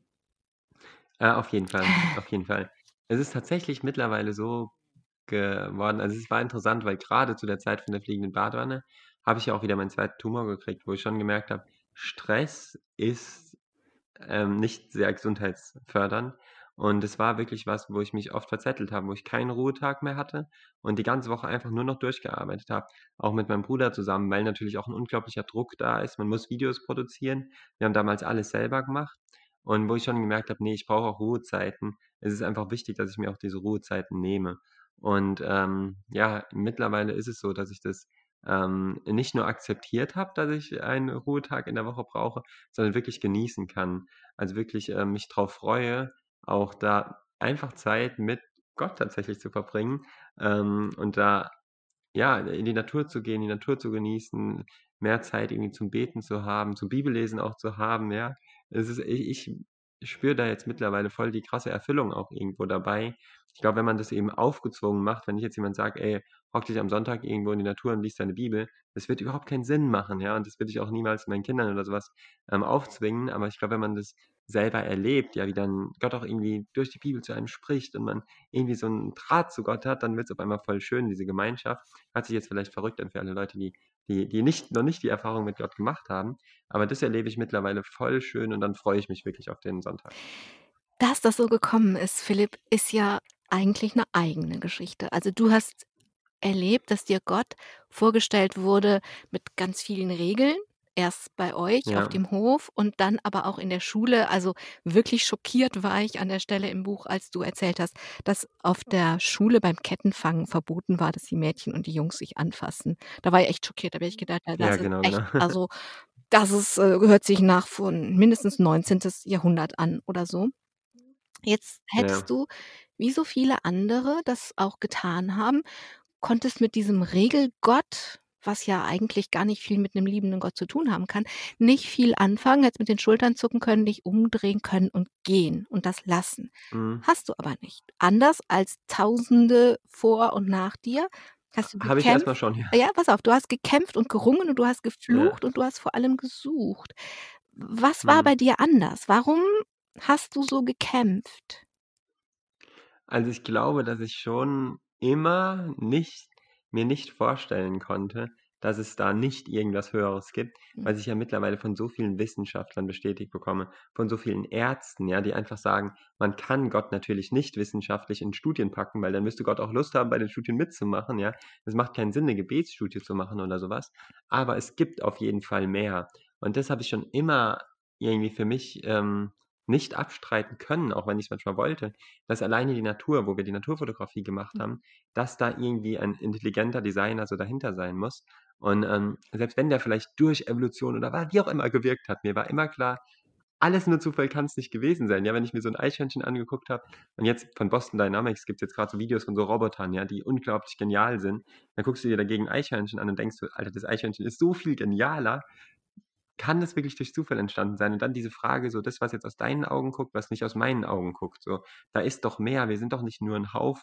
Äh, auf jeden Fall, auf jeden Fall. Es ist tatsächlich mittlerweile so geworden also, es war interessant, weil grade zu der Zeit von der fliegenden Badewanne habe ich ja auch wieder meinen zweiten Tumor gekriegt, wo ich schon gemerkt habe, Stress ist, ähm, nicht sehr gesundheitsfördernd. Und es war wirklich was, wo ich mich oft verzettelt habe, wo ich keinen Ruhetag mehr hatte und die ganze Woche einfach nur noch durchgearbeitet habe, auch mit meinem Bruder zusammen, weil natürlich auch 'n unglaublicher Druck da ist. Man muss Videos produzieren. Wir haben damals alles selber gemacht und wo ich schon gemerkt habe: „Ne, ich brauche auch Ruhezeiten.“ Es ist einfach wichtig, dass ich mir auch diese Ruhezeiten nehme. Und, ähm, ja, mittlerweile ist es so, dass ich das, ähm, nicht nur akzeptiert habe, dass ich einen Ruhetag in der Woche brauche, sondern wirklich genießen kann. Also wirklich, ähm, mich drauf freue, auch da einfach Zeit mit Gott tatsächlich zu verbringen, ähm, und da, ja, in die Natur zu gehen, die Natur zu genießen, mehr Zeit irgendwie zum Beten zu haben, zum Bibellesen auch zu haben, ja. Es ist i ich spüre da jetzt mittlerweile voll die krasse Erfüllung auch irgendwo dabei. Ich glaube, wenn man das eben aufgezwungen macht, wenn ich jetzt jemand sage: „Ey, hock dich am Sonntag irgendwo in die Natur und lies deine Bibel“, das wird überhaupt keinen Sinn machen, ja, und das würde ich auch niemals meinen Kindern oder so was, ähm, aufzwingen. Aber ich glaube, wenn man das selber erlebt, ja, wie dann Gott auch irgendwie durch die Bibel zu einem spricht und man irgendwie so 'n Draht zu Gott hat, dann wird's auf einmal voll schön, diese Gemeinschaft. Hört sich jetzt vielleicht verrückt an für alle Leute, die die die nicht noch nicht die Erfahrung mit Gott gemacht haben, aber das erlebe ich mittlerweile voll schön und dann freue ich mich wirklich auf den Sonntag. Dass das so gekommen ist, Philipp, ist ja eigentlich 'ne eigene Geschichte. Also, du hast erlebt, dass dir Gott vorgestellt wurde mit ganz vielen Regeln, erst bei euch auf Ja. dem Hof und dann aber auch in der Schule. Also, wirklich schockiert war ich an der Stelle im Buch, als du erzählt hast, dass auf der Schule beim Kettenfangen verboten war, dass die Mädchen und die Jungs sich anfassen. Da war ich echt schockiert, da habe ich gedacht: „Ja, Ja, das ist genau, echt genau. also, das ist äh, hört sich nach von mindestens neunzehntes Jahrhundert an oder so.“ Jetzt hättest Ja. du, wie so viele andere das auch getan haben konntest mit diesem Regelgott, was ja eigentlich gar nicht viel mit 'nem liebenden Gott zu tun haben kann, nicht viel anfangen, hättest mit den Schultern zucken können, dich umdrehen können und gehen und das lassen. Mhm. Hast du aber nicht. Anders als Tausende vor und nach dir hast du Habe ich erst mal gekämpft schon, ja. ja, pass auf, du hast gekämpft und gerungen und du hast Ja. geflucht und du hast vor allem gesucht. Was war bei Mhm. dir anders? Warum hast du so gekämpft? Also, ich glaube, dass ich schon immer nicht mir nicht vorstellen konnte, dass es da nicht irgendwas Höheres gibt, Hm. was ich ja mittlerweile von so vielen Wissenschaftlern bestätigt bekomme, von so vielen Ärzten, ja, die einfach sagen: „Man kann Gott natürlich nicht wissenschaftlich in Studien packen, weil dann müsste Gott auch Lust haben, bei den Studien mitzumachen, ja? Es macht keinen Sinn, 'ne Gebetsstudie zu machen oder so was. Aber es gibt auf jeden Fall mehr.“ Und das habe ich schon immer irgendwie für mich, ähm, nicht abstreiten können, auch wenn ich's manchmal wollte, dass alleine die Natur, wo wir die Naturfotografie gemacht Hm. haben, dass da irgendwie ein intelligenter Designer so dahinter sein muss. Und, ähm, selbst wenn der vielleicht durch Evolution oder wa wie auch immer gewirkt hat, mir war immer klar, alles nur Zufall kann's nicht gewesen sein. Ja, wenn ich mir so 'n Eichhörnchen angeguckt habe und jetzt von Boston Dynamics gibt's jetzt grad so Videos von so Robotern, ja, die unglaublich genial sind. Dann guckst du dir dagegen 'n Eichhörnchen an und denkst so: „Alter, das Eichhörnchen ist so viel genialer. Kann das wirklich durch Zufall entstanden sein?“ Und dann diese Frage so: „Das, was jetzt aus deinen Augen guckt, was nicht aus meinen Augen guckt, so, da ist doch mehr. Wir sind doch nicht nur 'n Haufen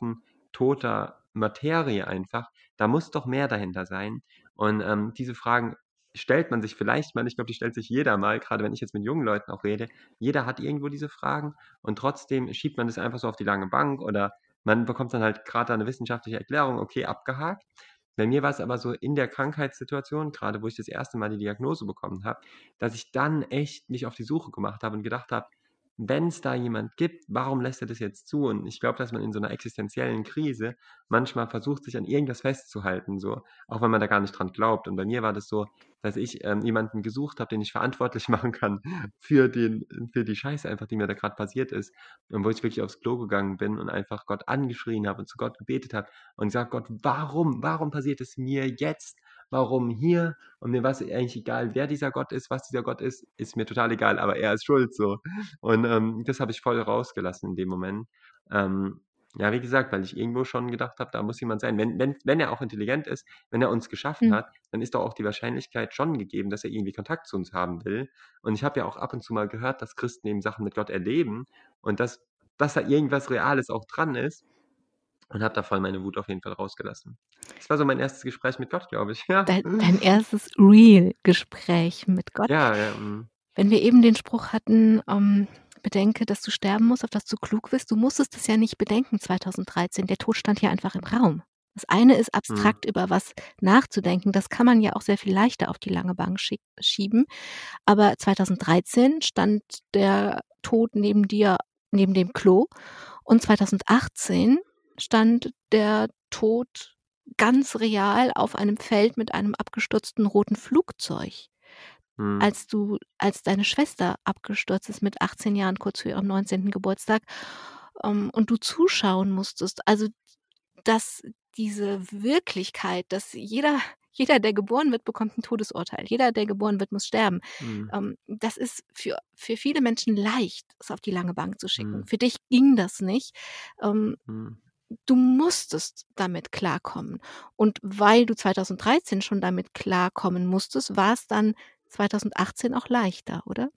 toter Materie einfach. Da muss doch mehr dahinter sein. Und ähm, diese Fragen stellt man sich vielleicht mal, ich glaube, die stellt sich jeder mal, gerade wenn ich jetzt mit jungen Leuten auch rede. Jeder hat irgendwo diese Fragen und trotzdem schiebt man das einfach so auf die lange Bank oder man bekommt dann halt gerade eine wissenschaftliche Erklärung, okay, abgehakt. Bei mir war es aber so in der Krankheitssituation, gerade wo ich das erste Mal die Diagnose bekommen habe, dass ich dann echt mich auf die Suche gemacht habe und gedacht habe, wenn es da jemand gibt, warum lässt er das jetzt zu? Und ich glaube, dass man in so einer existenziellen Krise manchmal versucht, sich an irgendwas festzuhalten, so, auch wenn man da gar nicht dran glaubt. Und bei mir war das so, dass ich ähm, jemanden gesucht habe, den ich verantwortlich machen kann für den, für die Scheiße einfach, die mir da gerade passiert ist. Und wo ich wirklich aufs Klo gegangen bin und einfach Gott angeschrien habe und zu Gott gebetet habe und gesagt, Gott, warum, warum passiert es mir jetzt? Warum hier? Und mir war es eigentlich egal, wer dieser Gott ist, was dieser Gott ist, ist mir total egal, aber er ist schuld so. Und ähm, das habe ich voll rausgelassen in dem Moment. Ähm, ja, wie gesagt, weil ich irgendwo schon gedacht habe, da muss jemand sein. Wenn, wenn, wenn er auch intelligent ist, wenn er uns geschaffen Mhm. hat, dann ist doch auch die Wahrscheinlichkeit schon gegeben, dass er irgendwie Kontakt zu uns haben will. Und ich habe ja auch ab und zu mal gehört, dass Christen eben Sachen mit Gott erleben und dass, dass da irgendwas Reales auch dran ist. Und habe da voll meine Wut auf jeden Fall rausgelassen. Das war so mein erstes Gespräch mit Gott, glaube ich. Ja. Dein, dein erstes Real-Gespräch mit Gott. Ja, ja. mm. Wenn wir eben den Spruch hatten, ähm, bedenke, dass du sterben musst, auf dass du klug wirst, du musstest es ja nicht bedenken zweitausenddreizehn. Der Tod stand ja einfach im Raum. Das eine ist Mm. abstrakt über was nachzudenken. Das kann man ja auch sehr viel leichter auf die lange Bank schieb- schieben. Aber zweitausenddreizehn stand der Tod neben dir, neben dem Klo. Und zweitausendachtzehn stand der Tod ganz real auf einem Feld mit einem abgestürzten roten Flugzeug. Mm. Als du, als deine Schwester abgestürzt ist mit achtzehn Jahren, kurz vor ihrem neunzehnten Geburtstag, ähm, und du zuschauen musstest. Also, dass diese Wirklichkeit, dass jeder, jeder, der geboren wird, bekommt ein Todesurteil. Jeder, der geboren wird, muss sterben. Mm. Ähm, das ist für, für viele Menschen leicht, es auf die lange Bank zu schicken. Mm. Für dich ging das nicht. Ähm, Mm. du musstest damit klarkommen. Und weil du zweitausenddreizehn schon damit klarkommen musstest, war es dann zweitausendachtzehn auch leichter, oder?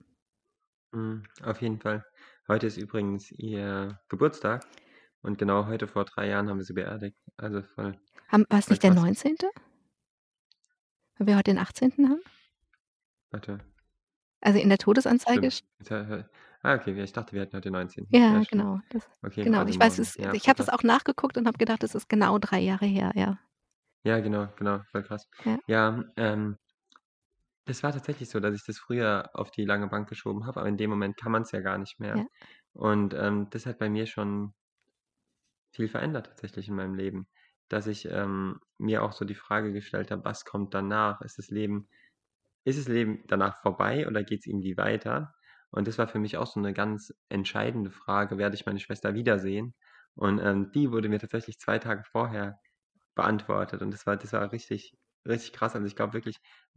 Mm. Auf jeden Fall. Heute ist übrigens ihr Geburtstag und genau heute vor drei Jahren haben wir sie beerdigt. Also voll, Haben, war es voll nicht der krass. neunzehnte? Weil wir heute den achtzehnten haben? Warte, Also in der Todesanzeige. stimmt. Jetzt, äh, Ah, okay, ich dachte, wir hätten heute den neunzehnten. Ja, Ja, stimmt. genau. Das, Okay, genau. also Ich weiß, morgen. es, Ja, ich voll habe das krass. auch nachgeguckt und habe gedacht, es ist genau drei Jahre her, ja. Ja, genau, genau, voll krass. Ja. Ja, ähm, das war tatsächlich so, dass ich das früher auf die lange Bank geschoben habe, aber in dem Moment kann man es ja gar nicht mehr. Ja. Und ähm, das hat bei mir schon viel verändert tatsächlich in meinem Leben, dass ich ähm, mir auch so die Frage gestellt habe, was kommt danach? Ist das Leben, ist das Leben danach vorbei oder geht es irgendwie weiter? Und das war für mich auch so eine ganz entscheidende Frage, werde ich meine Schwester wiedersehen? Und ähm, die wurde mir tatsächlich zwei Tage vorher beantwortet. Und das war, das war richtig, richtig krass. Also ich glaube wirklich,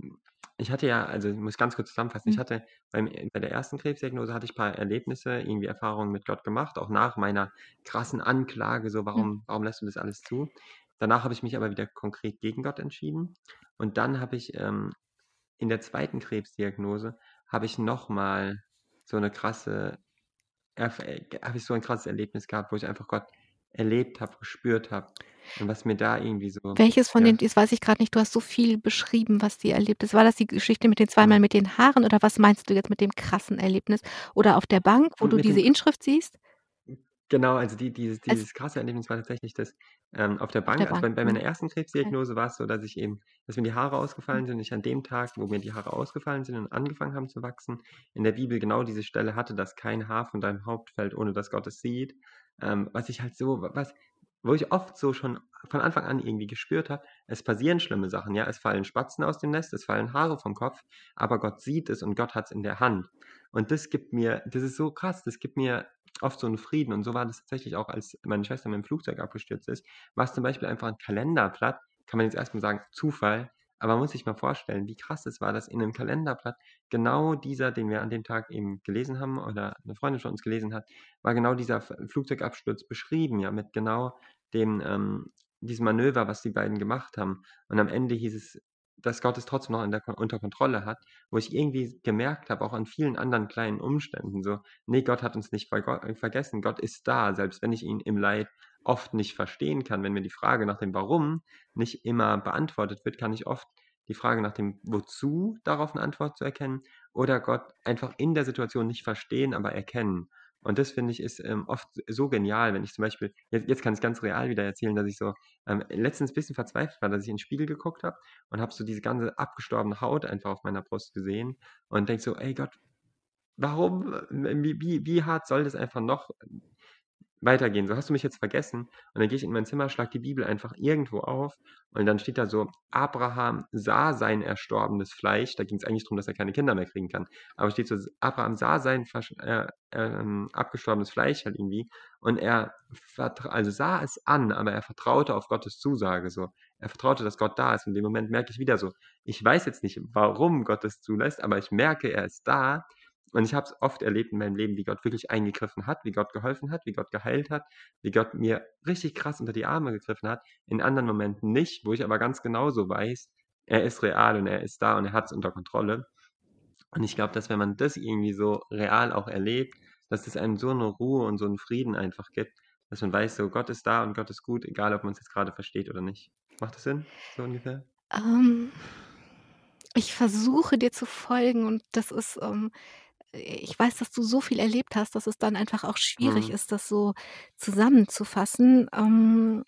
ich hatte ja, also ich muss ganz kurz zusammenfassen, ich Hm. hatte beim, bei der ersten Krebsdiagnose hatte ich ein paar Erlebnisse, irgendwie Erfahrungen mit Gott gemacht, auch nach meiner krassen Anklage, so Hm. warum, warum lässt du das alles zu? Danach habe ich mich aber wieder konkret gegen Gott entschieden. Und dann habe ich ähm, in der zweiten Krebsdiagnose habe ich nochmal so eine krasse, erf- äh, habe ich so ein krasses Erlebnis gehabt, wo ich einfach Gott erlebt habe, gespürt habe. Und was mir da irgendwie so, Welches von den, ja, das weiß ich gerade nicht, du hast so viel beschrieben, was dir erlebt ist. War das die Geschichte mit den zweimal hm. mit den Haaren oder was meinst du jetzt mit dem krassen Erlebnis? Oder auf der Bank, wo du mit diese dem, Inschrift siehst? genau, also die, dieses, Es dieses krasse Erlebnis war tatsächlich das ähm, auf der auf der Bank. Also Bank. bei, bei Hm. meiner ersten Krebsdiagnose war es so, dass ich eben, dass mir die Haare ausgefallen sind. Ich an dem Tag, wo mir die Haare ausgefallen sind und angefangen haben zu wachsen, in der Bibel genau diese Stelle hatte, dass kein Haar von deinem Haupt fällt, ohne dass Gott es sieht. Ähm, was ich halt so, was, wo ich oft so schon von Anfang an irgendwie gespürt habe, es passieren schlimme Sachen, ja, es fallen Spatzen aus dem Nest, es fallen Haare vom Kopf, aber Gott sieht es und Gott hat es in der Hand. Und das gibt mir, das ist so krass, das gibt mir oft so einen Frieden. Und so war das tatsächlich auch, als meine Schwester mit dem Flugzeug abgestürzt ist. War es zum Beispiel einfach ein Kalenderblatt, kann man jetzt erstmal sagen, Zufall, aber man muss sich mal vorstellen, wie krass es war, dass in einem Kalenderblatt genau dieser, den wir an dem Tag eben gelesen haben oder eine Freundin von uns gelesen hat, war genau dieser F- Flugzeugabsturz beschrieben, ja, mit genau dem, ähm, diesem Manöver, was die beiden gemacht haben. Und am Ende hieß es, dass Gott es trotzdem noch in der, Kon- unter Kontrolle hat, wo ich irgendwie gemerkt habe, auch an vielen anderen kleinen Umständen, so, nee, Gott hat uns nicht vergo- äh, vergessen, Gott ist da, selbst wenn ich ihn im Leid oft nicht verstehen kann, wenn mir die Frage nach dem Warum nicht immer beantwortet wird, kann ich oft die Frage nach dem Wozu darauf eine Antwort zu erkennen oder Gott einfach in der Situation nicht verstehen, aber erkennen. Und das finde ich ist ähm, oft so genial, wenn ich zum Beispiel, jetzt, jetzt kann ich ganz real wieder erzählen, dass ich so ähm, letztens ein bisschen verzweifelt war, dass ich in den Spiegel geguckt habe und habe so diese ganze abgestorbene Haut einfach auf meiner Brust gesehen und denke so, ey Gott, warum, äh, wie, wie, wie hart soll das einfach noch weitergehen? So, hast du mich jetzt vergessen? Und dann gehe ich in mein Zimmer, schlag die Bibel einfach irgendwo auf und dann steht da so, Abraham sah sein erstorbenes Fleisch. Da ging es eigentlich darum, dass er keine Kinder mehr kriegen kann. Aber steht so, Abraham sah sein versch- äh, ähm, abgestorbenes Fleisch halt irgendwie und er vertra- also sah es an, aber er vertraute auf Gottes Zusage so. Er vertraute, dass Gott da ist. Und in dem Moment merke ich wieder so, ich weiß jetzt nicht, warum Gott es zulässt, aber ich merke, er ist da. Und ich habe es oft erlebt in meinem Leben, wie Gott wirklich eingegriffen hat, wie Gott geholfen hat, wie Gott geheilt hat, wie Gott mir richtig krass unter die Arme gegriffen hat. In anderen Momenten nicht, wo ich aber ganz genauso weiß, er ist real und er ist da und er hat es unter Kontrolle. Und ich glaube, dass wenn man das irgendwie so real auch erlebt, dass es einem so eine Ruhe und so einen Frieden einfach gibt, dass man weiß, so Gott ist da und Gott ist gut, egal ob man es jetzt gerade versteht oder nicht. Macht das Sinn? So ungefähr? Ähm, ich versuche dir zu folgen und das ist, ähm ich weiß, dass du so viel erlebt hast, dass es dann einfach auch schwierig Mhm. ist, das so zusammenzufassen. Ähm,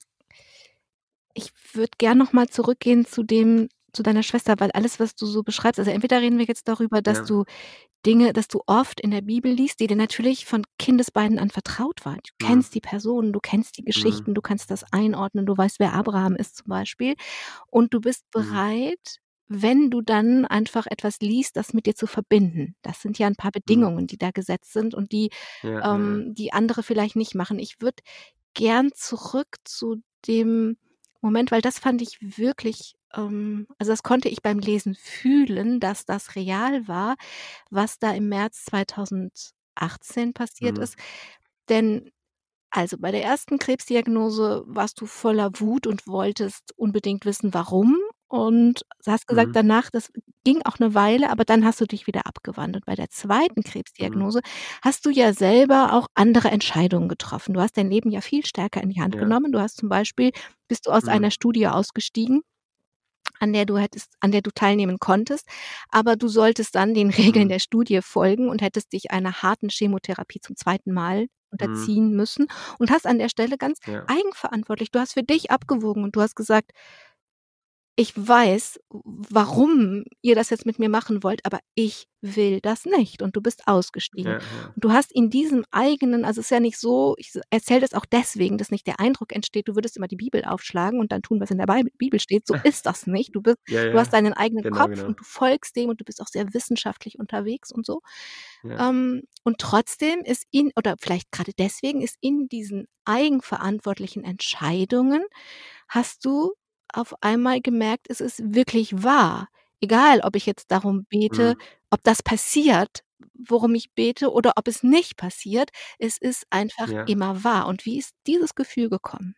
ich würde gern noch mal zurückgehen zu dem zu deiner Schwester, weil alles, was du so beschreibst, also entweder reden wir jetzt darüber, dass Ja. du Dinge dass du oft in der Bibel liest, die dir natürlich von Kindesbeinen an vertraut waren. Du Mhm. kennst die Personen, du kennst die Mhm. Geschichten, du kannst das einordnen, du weißt, wer Abraham ist zum Beispiel. Und du bist Mhm. bereit, wenn du dann einfach etwas liest, das mit dir zu verbinden. Das sind ja 'n paar Mhm. Bedingungen, die da gesetzt sind und die, Ja, ja, ja. ähm die andere vielleicht nicht machen. Ich würde gern zurück zu dem Moment, weil das fand ich wirklich, ähm also, das konnte ich beim Lesen fühlen, dass das real war, was da im März zweitausendachtzehn passiert Mhm. ist. Denn also, bei der ersten Krebsdiagnose warst du voller Wut und wolltest unbedingt wissen, warum. Und du hast gesagt, Mhm. danach das ging auch 'ne Weile, aber dann hast du dich wieder abgewandt. Und bei der zweiten Mhm. Krebsdiagnose hast du ja selber auch andere Entscheidungen getroffen. Du hast dein Leben ja viel stärker in die Hand Ja. genommen. Du hast zum Beispiel bist du aus einer Mhm. Studie ausgestiegen, an der du hättest an der du teilnehmen konntest, aber du solltest dann den Regeln Mhm. der Studie folgen und hättest dich einer harten Chemotherapie zum zweiten Mal Mhm. unterziehen müssen und hast an der Stelle ganz Ja. eigenverantwortlich du hast für dich abgewogen und du hast gesagt: „Ich weiß, w warum ihr das jetzt mit mir machen wollt, aber ich will das nicht." Und du bist ausgestiegen. Ja, ja. Und du hast in diesem eigenen also, es ist ja nicht so ich s erzähle das auch deswegen, dass nicht der Eindruck entsteht, du würdest immer die Bibel aufschlagen und dann tun, was in der Bei Bibel steht. So ist das nicht. Du bist Ja, du hast ja. deinen eigenen Genau, Kopf genau. und du folgst dem und du bist auch sehr wissenschaftlich unterwegs und so. Ja. Ähm, und trotzdem ist in oder vielleicht grade deswegen ist in diesen eigenverantwortlichen Entscheidungen hast du auf einmal gemerkt, es ist wirklich wahr. Egal, ob ich jetzt darum bete, Mhm. ob das passiert, worum ich bete, oder ob es nicht passiert, es ist einfach Ja. immer wahr. Und wie ist dieses Gefühl gekommen?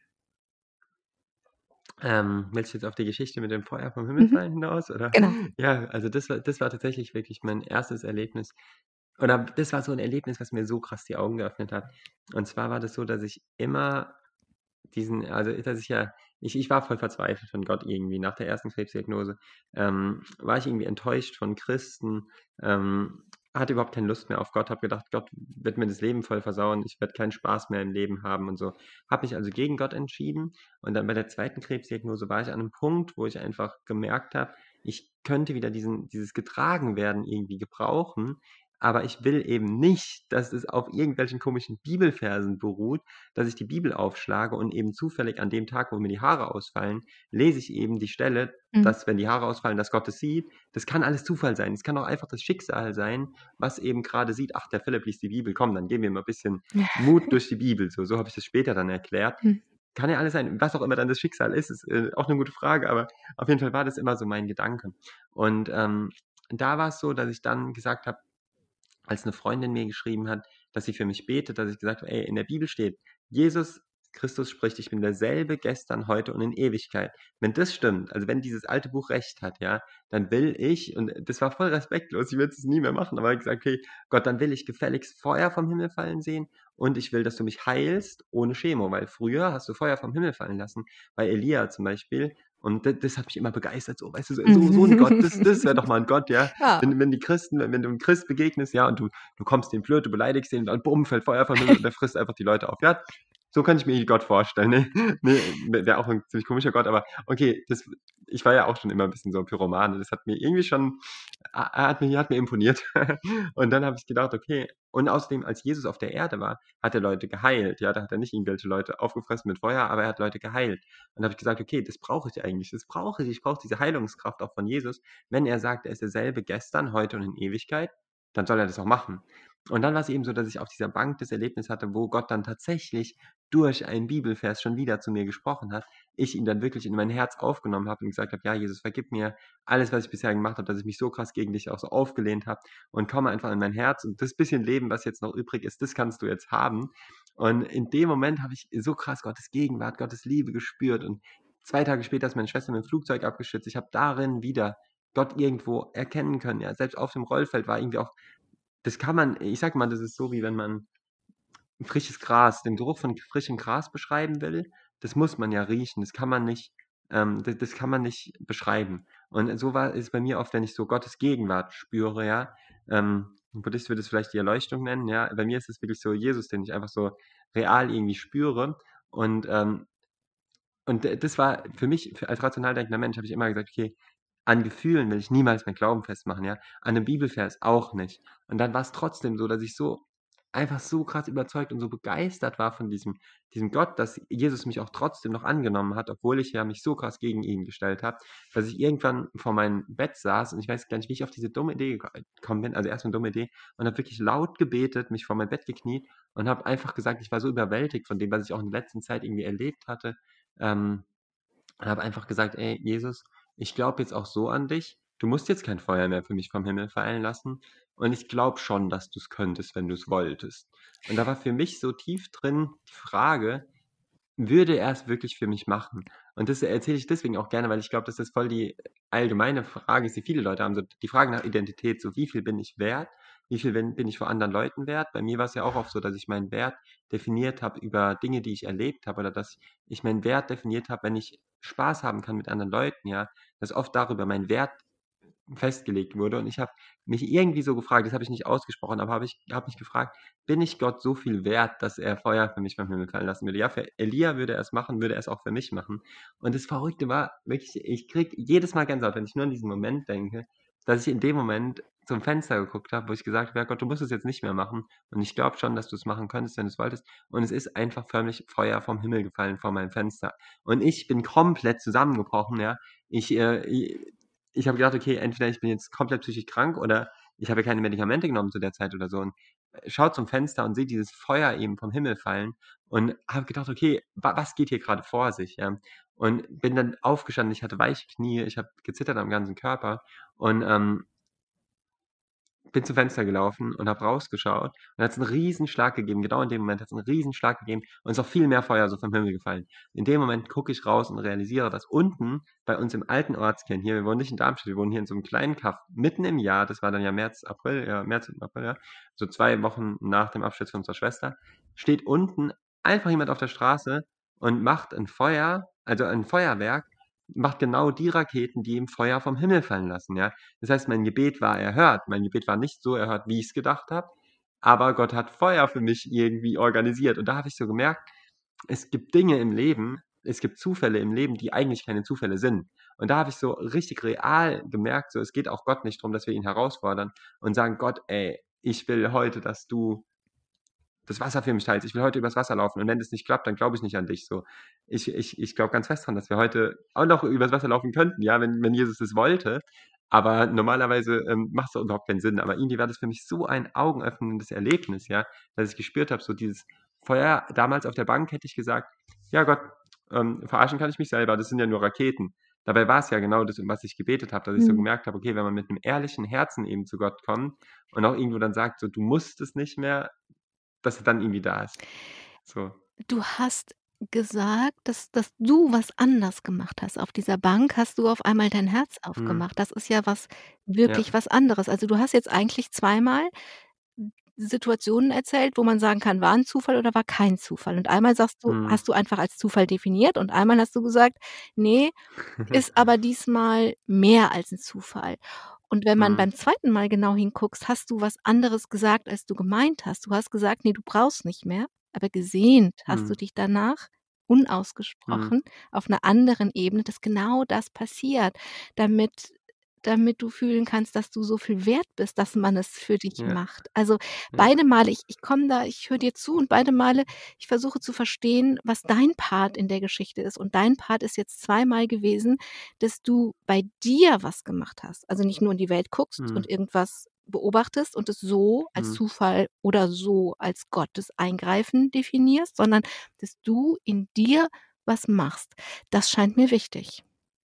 Ähm, willst du jetzt auf die Geschichte mit dem Feuer vom Himmel Mhm. fallen hinaus, oder? Genau. Ja, also das war das war tatsächlich wirklich mein erstes Erlebnis oder das war so 'n Erlebnis, was mir so krass die Augen geöffnet hat. Und zwar war das so, dass ich immer diesen also, dass ich ja ich ich war voll verzweifelt von Gott irgendwie. Nach der ersten Krebsdiagnose, ähm, war ich irgendwie enttäuscht von Christen, ähm, hatte überhaupt keine Lust mehr auf Gott, habe gedacht: „Gott wird mir das Leben voll versauen, ich werde keinen Spaß mehr im Leben haben" und so. Habe mich also gegen Gott entschieden und dann bei der zweiten Krebsdiagnose war ich an 'nem Punkt, wo ich einfach gemerkt habe, ich könnte wieder diesen dieses Getragenwerden irgendwie gebrauchen, aber ich will eben nicht, dass es auf irgendwelchen komischen Bibelversen beruht, dass ich die Bibel aufschlage und eben zufällig an dem Tag, wo mir die Haare ausfallen, lese ich eben die Stelle, Mhm. dass, wenn die Haare ausfallen, dass Gott es sieht. Das kann alles Zufall sein. Es kann auch einfach das Schicksal sein, was eben grade sieht: „Ach, der Philipp liest die Bibel. Komm, dann geben wir mal bisschen Mut durch die Bibel." So so habe ich das später dann erklärt. Mhm. Kann ja alles sein. Was auch immer dann das Schicksal ist, ist, äh, auch 'ne gute Frage, aber auf jeden Fall war das immer so mein Gedanke. Und, ähm, da war's so, dass ich dann gesagt habe, als 'ne Freundin mir geschrieben hat, dass sie für mich betet, dass ich gesagt habe: „Ey, in der Bibel steht, Jesus Christus spricht: „Ich bin derselbe gestern, heute und in Ewigkeit.“ Wenn das stimmt, also wenn dieses alte Buch recht hat, ja, dann will ich und das war voll respektlos, ich würde es nie mehr machen, aber ich habe gesagt: „Okay, Gott, dann will ich gefälligst Feuer vom Himmel fallen sehen und ich will, dass du mich heilst ohne Chemo“, weil früher hast du Feuer vom Himmel fallen lassen, bei Elia zum Beispiel und d das hat mich immer begeistert, so, weißt du, so so so 'n Gott, das das wäre doch mal 'n Gott, ja? Ja. Wenn wenn die Christen wenn wenn du 'nem Christ begegnest, ja, und du du kommst dem blöd, du beleidigst ihn und dann bumm, fällt Feuer vom Himmel und der frisst einfach die Leute auf. Ja, so könnte ich mir Gott vorstellen, ne? Ne, wäre auch 'n ziemlich komischer Gott, aber okay, das ich war ja auch schon immer 'n bisschen so 'n Pyromane. Das hat mir irgendwie schon a hat mir hat mir imponiert. Und dann habe ich gedacht: „Okay“ und außerdem, als Jesus auf der Erde war, hat er Leute geheilt, ja? Da hat er nicht irgendwelche Leute aufgefressen mit Feuer, aber er hat Leute geheilt. Und da habe ich gesagt: „Okay, das brauche ich eigentlich. Das brauche ich. Ich brauche diese Heilungskraft auch von Jesus. Wenn er sagt, er ist derselbe gestern, heute und in Ewigkeit, dann soll er das auch machen.“ Und dann war's eben so, dass ich auf dieser Bank das Erlebnis hatte, wo Gott dann tatsächlich durch einen Bibelvers schon wieder zu mir gesprochen hat. Ich ihn dann wirklich in mein Herz aufgenommen habe und gesagt habe: „Ja, Jesus, vergib mir alles, was ich bisher gemacht habe, dass ich mich so krass gegen dich auch so aufgelehnt habe und komm einfach in mein Herz und das bisschen Leben, was jetzt noch übrig ist, das kannst du jetzt haben.“ Und in dem Moment habe ich so krass Gottes Gegenwart, Gottes Liebe gespürt und zwei Tage später ist meine Schwester mit'm Flugzeug abgestürzt. Ich habe darin wieder Gott irgendwo erkennen können, ja. Selbst auf dem Rollfeld war irgendwie auch das kann man ich sage mal, das ist so, wie wenn man frisches Gras den Geruch von frischem Gras beschreiben will, das muss man ja riechen. Das kann man nicht ähm, d das kann man nicht beschreiben. Und so war es bei mir oft, wenn ich so Gottes Gegenwart spüre, ja. Ähm, 'n Buddhist würde es vielleicht die Erleuchtung nennen, ja. Bei mir ist es wirklich so Jesus, den ich einfach so real irgendwie spüre und, ähm und d das war für mich f als rational denkender Mensch habe ich immer gesagt: „Okay, an Gefühlen will ich niemals meinen Glauben festmachen, ja, an 'nem Bibelvers auch nicht.“ Und dann war's trotzdem so, dass ich so einfach so krass überzeugt und so begeistert war von diesem diesem Gott, dass Jesus mich auch trotzdem noch angenommen hat, obwohl ich ja mich so krass gegen ihn gestellt habe, dass ich irgendwann vor meinem Bett saß und ich weiß gar nicht, wie ich auf diese dumme Idee geko gekommen bin, also erst mal dumme Idee und habe wirklich laut gebetet, mich vor mein Bett gekniet und habe einfach gesagt ich war so überwältigt von dem, was ich auch in der letzten Zeit irgendwie erlebt hatte, ähm, und habe einfach gesagt: „Ey, Jesus, ich glaube jetzt auch so an dich. Du musst jetzt kein Feuer mehr für mich vom Himmel fallen lassen und ich glaube schon, dass du's könntest, wenn du's wolltest.“ Und da war für mich so tief drin die Frage: Würde er's wirklich für mich machen? Und das erzähle ich deswegen auch gerne, weil ich glaube, dass das voll die allgemeine Frage ist, die viele Leute haben, so die Frage nach Identität, so: „Wie viel bin ich wert? Wie viel bin bin ich vor anderen Leuten wert?“ Bei mir war's ja auch oft so, dass ich meinen Wert definiert habe über Dinge, die ich erlebt habe oder dass ich meinen Wert definiert habe, wenn ich Spaß haben kann mit anderen Leuten, ja, dass oft darüber mein Wert festgelegt wurde. Und ich habe mich irgendwie so gefragt, das habe ich nicht ausgesprochen, aber habe ich habe mich gefragt: „Bin ich Gott so viel wert, dass er Feuer für mich vom Himmel fallen lassen würde?“ Ja, für Elia würde er's machen, würde er's auch für mich machen. Und das Verrückte war wirklich, ich kriege jedes Mal Gänsehaut, wenn ich nur an diesen Moment denke, dass ich in dem Moment zum Fenster geguckt habe, wo ich gesagt habe: „Ja Gott, du musst es jetzt nicht mehr machen und ich glaube schon, dass du's machen könntest, wenn du's wolltest.“ Und es ist einfach förmlich Feuer vom Himmel gefallen vor meinem Fenster. Und ich bin komplett zusammengebrochen, ja. Ich, äh i ich habe gedacht: „Okay, entweder ich bin jetzt komplett psychisch krank oder ich habe keine Medikamente genommen zu der Zeit oder so.“ Und schaue zum Fenster und sehe dieses Feuer eben vom Himmel fallen und habe gedacht: „Okay, wa was geht hier grade vor sich“, ja? Und bin dann aufgestanden, ich hatte weiche Knie, ich habe gezittert am ganzen Körper und, ähm bin zum Fenster gelaufen und habe rausgeschaut und dann hat's 'n Riesenschlag gegeben. Genau in dem Moment hat's 'n Riesenschlag gegeben und ist auch viel mehr Feuer so vom Himmel gefallen. In dem Moment gucke ich raus und realisiere, dass unten bei uns im alten Ortskern hier wir wohnen nicht in Darmstadt, wir wohnen hier in so 'nem kleinen Kaff, mitten im Jahr, das war dann ja März, April, ja, März und April, ja, so zwei Wochen nach dem Absturz von unserer Schwester, steht unten einfach jemand auf der Straße und macht 'n Feuer also ein Feuerwerk, macht genau die Raketen, die eben Feuer vom Himmel fallen lassen, ja? Das heißt, mein Gebet war erhört. Mein Gebet war nicht so erhört, wie ich's gedacht habe, aber Gott hat Feuer für mich irgendwie organisiert. Und da habe ich so gemerkt, es gibt Dinge im Leben es gibt Zufälle im Leben, die eigentlich keine Zufälle sind. Und da habe ich so richtig real gemerkt, so, es geht auch Gott nicht drum, dass wir ihn herausfordern und sagen: „Gott, ey, ich will heute, dass du das Wasser für mich teilst. Ich will heute übers Wasser laufen und wenn das nicht klappt, dann glaube ich nicht an dich“, so. Ich ich ich glaube ganz fest dran, dass wir heute auch noch übers Wasser laufen könnten, ja, wenn wenn Jesus es wollte. Aber normalerweise, ähm, macht's doch überhaupt keinen Sinn. Aber irgendwie war das für mich so ein augenöffnendes Erlebnis, ja, dass ich gespürt habe, so dieses Feuer damals auf der Bank hätte ich gesagt: „Ja Gott, ähm, verarschen kann ich mich selber, das sind ja nur Raketen.“ Dabei war's ja genau das, um was ich gebetet habe, dass ich so Mhm. gemerkt habe, okay, wenn man mit 'nem ehrlichen Herzen eben zu Gott kommt und auch irgendwo dann sagt, so: „Du musst es nicht mehr“, dass er dann irgendwie da ist. So. Du hast gesagt, dass dass du was anders gemacht hast. Auf dieser Bank hast du auf einmal dein Herz Mhm. aufgemacht. Das ist ja was wirklich Ja. was anderes. Also, du hast jetzt eigentlich zweimal Situationen erzählt, wo man sagen kann, war 'n Zufall oder war kein Zufall. Und einmal sagst du Mhm. hast du einfach als Zufall definiert und einmal hast du gesagt: „Ne, ist aber diesmal mehr als 'n Zufall.“ Und wenn man Mhm. beim zweiten Mal genau hinguckst, hast du was anderes gesagt, als du gemeint hast. Du hast gesagt: „Ne, du brauchst nicht mehr“, aber gesehnt hast du Mhm. dich danach Mhm. unausgesprochen auf 'ner anderen Ebene, dass genau das passiert, damit damit du fühlen kannst, dass du so viel wert bist, dass man es für dich Ja. macht. Also, Ja. beide Male ich ich komme da ich höre dir zu und beide Male ich versuche zu verstehen, was dein Part in der Geschichte ist. Und dein Part ist jetzt zweimal gewesen, dass du bei dir was gemacht hast. Also, nicht nur in die Welt guckst und Mhm. irgendwas beobachtest und es so als Mhm. Zufall oder so als Gottes Eingreifen definierst, sondern dass du in dir was machst. Das scheint mir wichtig.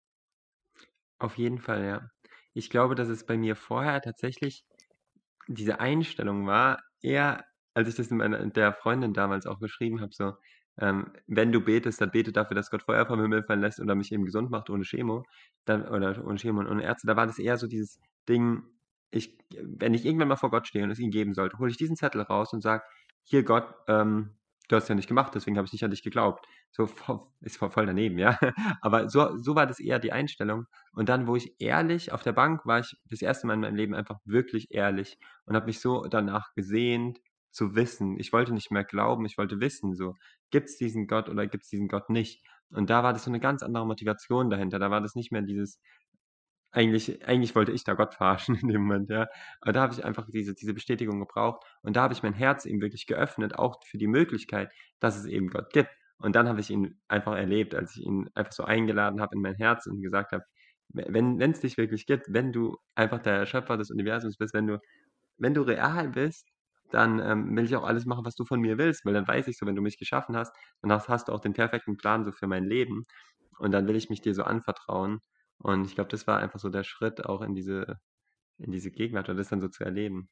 Auf jeden Fall, ja. Ich glaube, dass es bei mir vorher tatsächlich diese Einstellung war, eher als ich das mit meiner der Freundin damals auch geschrieben habe, so, ähm: „Wenn du betest, dann bete dafür, dass Gott Feuer vom Himmel fallen lässt oder mich eben gesund macht ohne Chemo.“ Dann oder ohne Chemo und ohne Ärzte. Da war das eher so dieses Ding, ich wenn ich irgendwann mal vor Gott stehe und es ihm geben sollte, hole ich diesen Zettel raus und sage: „Hier Gott, ähm, du hast ja nicht gemacht, deswegen habe ich nicht an dich geglaubt.“ So vo ist vo voll daneben, ja. Aber so so war das eher die Einstellung. Und dann, wo ich ehrlich auf der Bank war ich das erste Mal in meinem Leben einfach wirklich ehrlich und habe mich so danach gesehnt zu wissen. Ich wollte nicht mehr glauben, ich wollte wissen so: Gibt's diesen Gott oder gibt's diesen Gott nicht? Und da war das so 'ne ganz andere Motivation dahinter. Da war das nicht mehr dieses eigentlich eigentlich wollte ich da Gott verarschen in dem Moment, ja. Aber da habe ich einfach diese diese Bestätigung gebraucht und da habe ich mein Herz ihm wirklich geöffnet, auch für die Möglichkeit, dass es eben Gott gibt. Und dann habe ich ihn einfach erlebt, als ich ihn einfach so eingeladen habe in mein Herz und gesagt habe: „We wenn wenn's dich wirklich gibt, wenn du einfach der Schöpfer des Universums bist, wenn du wenn du real bist, dann, ähm, will ich auch alles machen, was du von mir willst, weil dann weiß ich so, wenn du mich geschaffen hast, dann hast hast du auch den perfekten Plan so für mein Leben und dann will ich mich dir so anvertrauen.“ Und ich glaube, das war einfach so der Schritt auch in diese in diese Gegenwart oder das dann so zu erleben.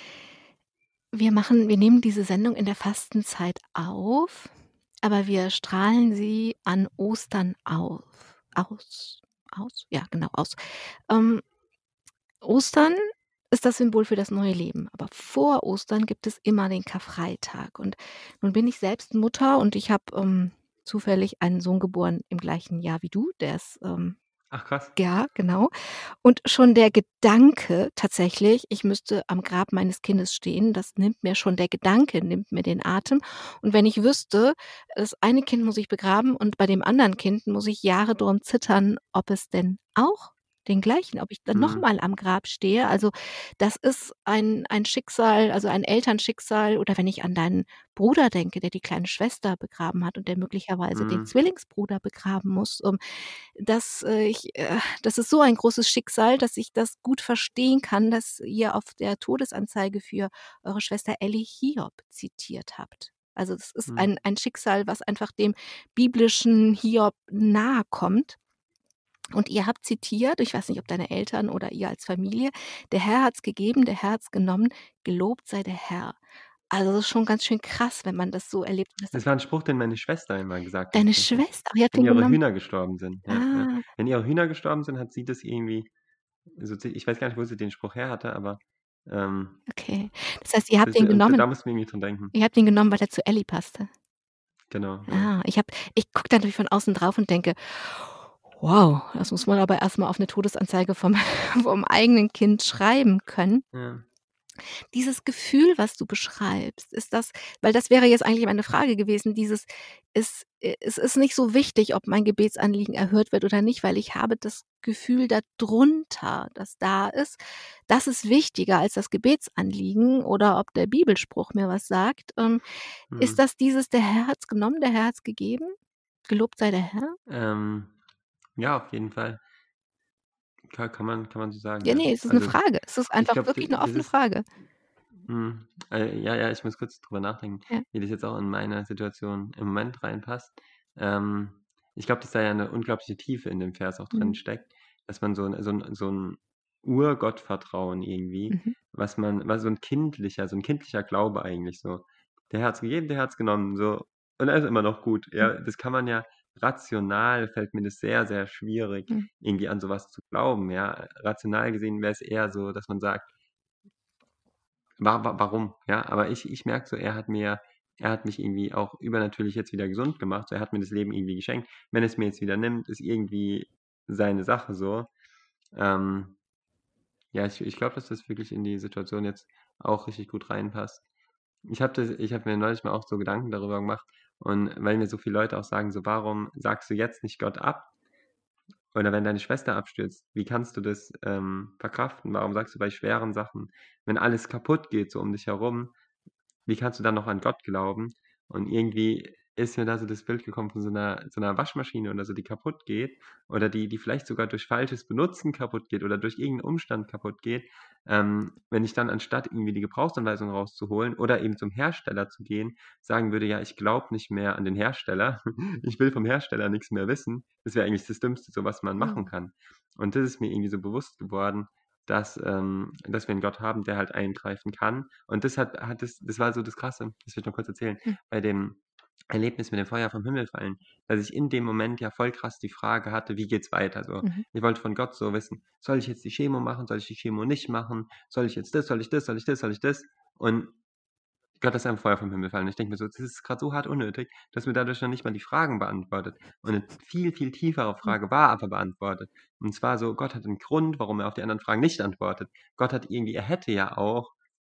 Wir machen wir nehmen diese Sendung in der Fastenzeit auf, aber wir strahlen sie an Ostern auf aus aus? Ja, genau, aus. Ähm, Ostern ist das Symbol für das neue Leben, aber vor Ostern gibt es immer den Karfreitag. Und nun bin ich selbst Mutter und ich habe, ähm, zufällig einen Sohn geboren im gleichen Jahr wie du, der ist, ähm Ach krass. ja, genau. Und schon der Gedanke tatsächlich, ich müsste am Grab meines Kindes stehen, das nimmt mir schon der Gedanke nimmt mir den Atem. Und wenn ich wüsste, das eine Kind muss ich begraben und bei dem anderen Kind muss ich Jahre drum zittern, ob es denn auch den gleichen ob ich dann noch Mhm. mal am Grab stehe. Also, das ist ein ein Schicksal, also ein Elternschicksal oder wenn ich an deinen Bruder denke, der die kleine Schwester begraben hat und der möglicherweise den Mhm. Zwillingsbruder begraben muss, ähm, dass, äh, ich äh, das ist so ein großes Schicksal, dass ich das gut verstehen kann, dass ihr auf der Todesanzeige für eure Schwester Elli Hiob zitiert habt. Also, das ist Mhm. ein ein Schicksal, was einfach dem biblischen Hiob nahekommt. Und ihr habt zitiert, ich weiß nicht, ob deine Eltern oder ihr als Familie: „Der Herr hat's gegeben, der Herr hat's genommen, gelobt sei der Herr.“ Also, das ist schon ganz schön krass, wenn man das so erlebt, dass das Das war 'n Spruch, den meine Schwester immer gesagt hat Deine tatsächlich, Schwester, ihr habt wenn den ihre genommen? Hühner gestorben sind, ja, ja. Ah. Wenn ihre Hühner gestorben sind, hat sie das irgendwie so zi ich weiß gar nicht, wo sie den Spruch her hatte, aber, ähm Okay. Das heißt, ihr habt das den und genommen da mussten wir irgendwie dran denken. ihr habt den genommen, weil er zu Elli passte? Genau, genau. Ah, ich habe ich gucke da natürlich von außen drauf und denke: „Wow, das muss man aber erst mal auf 'ne Todesanzeige vom vom eigenen Kind schreiben können.“ Ja. Dieses Gefühl, was du beschreibst, ist das weil das wäre jetzt eigentlich meine Frage gewesen, dieses es äh, es ist nicht so wichtig, ob mein Gebetsanliegen erhört wird oder nicht, weil ich habe das Gefühl da drunter, das da ist. Das ist wichtiger als das Gebetsanliegen oder ob der Bibelspruch mir was sagt. Ähm, ist Mhm. das dieses: „Der Herr hat's genommen, der Herr hat's gegeben. Gelobt sei der Herr?“ Ähm, ja, auf jeden Fall. Ka kann man kann man so sagen, Ja, ja. ne, es ist 'ne Also, Frage. Es ist ich einfach glaube, wirklich 'ne d das offene ist Frage. mhm, äh, ja, ja, ich muss kurz drüber nachdenken, Ja. wie das jetzt auch in meine Situation im Moment reinpasst. Ähm, ich glaube, dass da ja 'ne unglaubliche Tiefe in dem Vers auch Mhm. drinsteckt, dass man so 'n so 'n so 'n Urgottvertrauen irgendwie, Mhm. was man was so 'n kindlicher so 'n kindlicher Glaube eigentlich so: „Der Herr hat's gegeben, der Herr hat's genommen“, so und er ist immer noch gut. Mhm. Ja, das kann man ja rational fällt mir das sehr, sehr schwierig, Mhm. irgendwie an sowas zu glauben, ja. Rational gesehen wäre es eher so, dass man sagt wa wa warum, ja? Aber ich ich merke so, er hat mir er hat mich irgendwie auch übernatürlich jetzt wieder gesund gemacht. So, er hat mir das Leben irgendwie geschenkt. Wenn er's mir jetzt wieder nimmt, ist irgendwie seine Sache so. Ähm, ja, ich ich glaube, dass das wirklich in die Situation jetzt auch richtig gut reinpasst. Ich habe das ich habe mir neulich mal auch so Gedanken darüber gemacht und weil mir so viele Leute auch sagen so: „Warum sagst du jetzt nicht Gott ab?“ Oder wenn deine Schwester abstürzt, wie kannst du das, ähm, verkraften? Warum sagst du bei schweren Sachen, wenn alles kaputt geht so um dich herum, wie kannst du dann noch an Gott glauben? Und irgendwie ist mir da so das Bild gekommen von so 'ner so 'ner Waschmaschine oder so, die kaputt geht oder die die vielleicht sogar durch falsches Benutzen kaputt geht oder durch irgend 'n Umstand kaputt geht. Ähm, wenn ich dann anstatt irgendwie die Gebrauchsanweisung rauszuholen oder eben zum Hersteller zu gehen, sagen würde: „Ja, ich glaube nicht mehr an den Hersteller. Ich will vom Hersteller nix mehr wissen.“ Das wäre eigentlich das Dümmste, so was man machen Mhm. kann. Und das ist mir irgendwie so bewusst geworden, dass ähm, dass wir 'n Gott haben, der halt eingreifen kann. Und das hat hat das das war so das Krasse, das will ich noch kurz erzählen, Mhm. bei dem Erlebnis mit dem Feuer vom Himmel fallen, dass ich in dem Moment ja voll krass die Frage hatte: „Wie geht's weiter?“ So, Mhm. ich wollte von Gott so wissen: „Soll ich jetzt die Chemo machen? Soll ich die Chemo nicht machen? Soll ich jetzt das? Soll ich das? Soll ich das? Soll ich das?“ Und Gott lässt einem Feuer vom Himmel fallen. Ich denke mir so: „Das ist grad so hart unnötig, du hast mir dadurch noch nicht mal die Fragen beantwortet.“ Und 'ne viel, viel tiefere Mhm. Frage war aber beantwortet. Und zwar so, Gott hat 'n Grund, warum er auf die anderen Fragen nicht antwortet. Gott hat irgendwie er hätte ja auch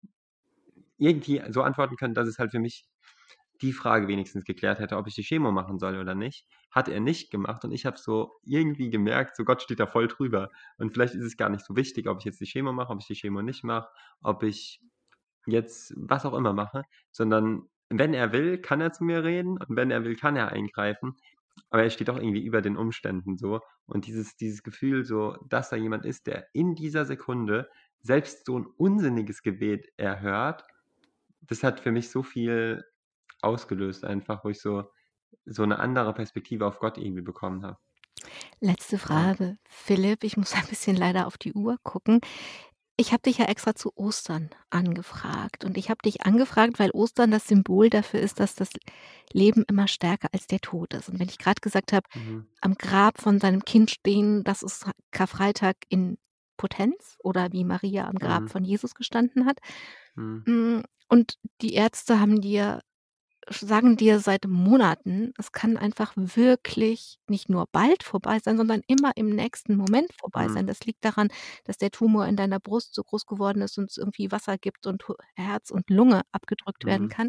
irgendwie so antworten können, dass es halt für mich die Frage wenigstens geklärt hätte, ob ich die Chemo machen soll oder nicht. Hat er nicht gemacht und ich habe so irgendwie gemerkt, so Gott steht da voll drüber. Und vielleicht ist es gar nicht so wichtig, ob ich jetzt die Chemo mache, ob ich die Chemo nicht mache, ob ich jetzt was auch immer mache, sondern wenn er will, kann er zu mir reden und wenn er will, kann er eingreifen, aber er steht auch irgendwie über den Umständen so. Und dieses dieses Gefühl so, dass da jemand ist, der in dieser Sekunde selbst so 'n unsinniges Gebet erhört, das hat für mich so viel ausgelöst einfach, wo ich so so 'ne andere Perspektive auf Gott irgendwie bekommen habe. Letzte Ja. Frage, Philipp, ich muss ein bisschen leider auf die Uhr gucken. Ich habe dich ja extra zu Ostern angefragt und ich habe dich angefragt, weil Ostern das Symbol dafür ist, dass das Leben immer stärker als der Tod ist. Und wenn ich grad gesagt habe, Mhm. am Grab von seinem Kind stehen, das ist Karfreitag in Potenz oder wie Maria am Grab Mhm. von Jesus gestanden hat. Mhm. Hm, und die Ärzte haben dir sagen dir seit Monaten, es kann einfach wirklich nicht nur bald vorbei sein, sondern immer im nächsten Moment vorbei sein. Mhm. Das liegt daran, dass der Tumor in deiner Brust so groß geworden ist und es irgendwie Wasser gibt und Hu Herz und Lunge abgedrückt werden Mhm. kann.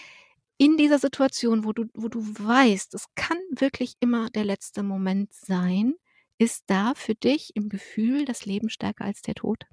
In dieser Situation, wo du wo du weißt, es kann wirklich immer der letzte Moment sein, ist da für dich im Gefühl das Leben stärker als der Tod?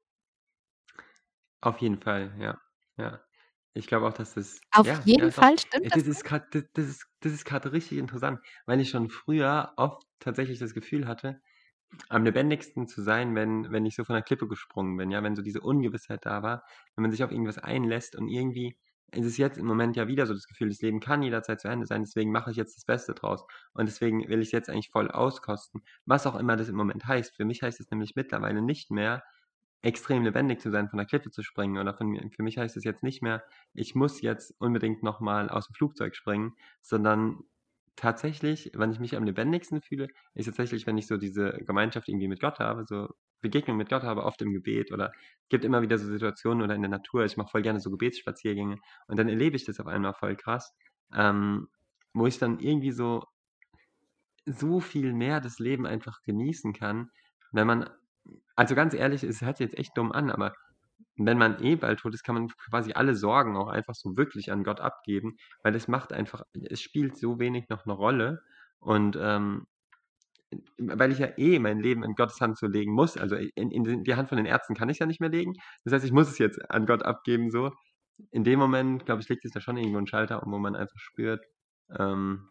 Auf jeden Fall, ja, ja. Ich glaube auch, dass das Auf ja, jeden ja doch. Fall stimmt Äh, das das so? ist grad d das ist das ist grad richtig interessant, weil ich schon früher oft tatsächlich das Gefühl hatte, am lebendigsten zu sein, wenn wenn ich so von 'ner Klippe gesprungen bin, ja, wenn so diese Ungewissheit da war, wenn man sich auf irgendwas einlässt und irgendwie ist es jetzt im Moment ja wieder so das Gefühl, das Leben kann jederzeit zu Ende sein, deswegen mache ich jetzt das Beste draus. Und deswegen will ich's jetzt eigentlich voll auskosten, was auch immer das im Moment heißt. Für mich heißt es nämlich mittlerweile nicht mehr, extrem lebendig zu sein, von 'ner Klippe zu springen oder von mir für mich heißt es jetzt nicht mehr, ich muss jetzt unbedingt noch mal aus'm Flugzeug springen, sondern tatsächlich, wann ich mich am lebendigsten fühle, ist tatsächlich, wenn ich so diese Gemeinschaft irgendwie mit Gott habe, so Begegnung mit Gott habe, oft im Gebet oder gibt immer wieder so Situationen oder in der Natur. Ich mache voll gerne so Gebetsspaziergänge und dann erlebe ich das auf einmal voll krass, ähm, wo ich dann irgendwie so so viel mehr das Leben einfach genießen kann, wenn man also, ganz ehrlich, es hört sich jetzt echt dumm an, aber wenn man eh bald tot ist, kann man quasi alle Sorgen auch einfach so wirklich an Gott abgeben, weil es macht einfach es spielt so wenig noch 'ne Rolle und, ähm, weil ich ja eh mein Leben in Gottes Hand so legen muss, also, in in in die Hand von den Ärzten kann ich's ja nicht mehr legen. Das heißt, ich muss es jetzt an Gott abgeben so. In dem Moment, glaube ich, legt sich da schon irgendwo 'n Schalter um, wo man einfach spürt, ähm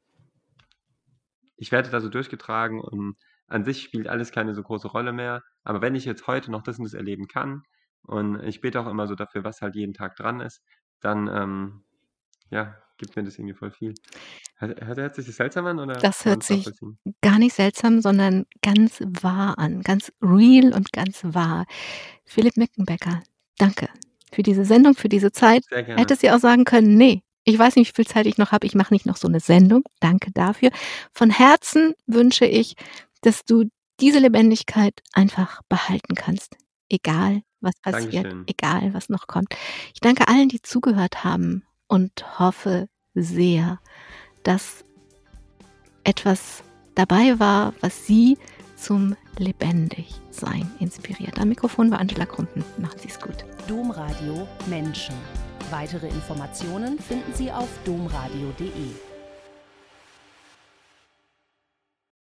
ich werde da so durchgetragen und an sich spielt alles keine so große Rolle mehr. Aber wenn ich jetzt heute noch das und das erleben kann und ich bete auch immer so dafür, was halt jeden Tag dran ist, dann, ähm, ja, gibt mir das irgendwie voll viel. Hört hört hört sich das seltsam an oder Das kann hört man's sich nachvollziehen? gar nicht seltsam, sondern ganz wahr an, ganz real und ganz wahr. Philipp Mickenbecker, danke für diese Sendung, für diese Zeit. Sehr Hättest gerne. ja auch sagen können: „Ne, Ich weiß nicht, wie viel Zeit ich noch habe. Ich mache nicht noch so eine Sendung. Danke dafür. Von Herzen wünsche ich, dass du diese Lebendigkeit einfach behalten kannst, egal was passiert, Dankeschön. egal was noch kommt. Ich danke allen, die zugehört haben und hoffe sehr, dass etwas dabei war, was Sie zum Lebendigsein inspiriert. Am Mikrofon war Angela Krumpen. Machen Sie es gut. Domradio Menschen. Weitere Informationen finden Sie auf domradio punkt de.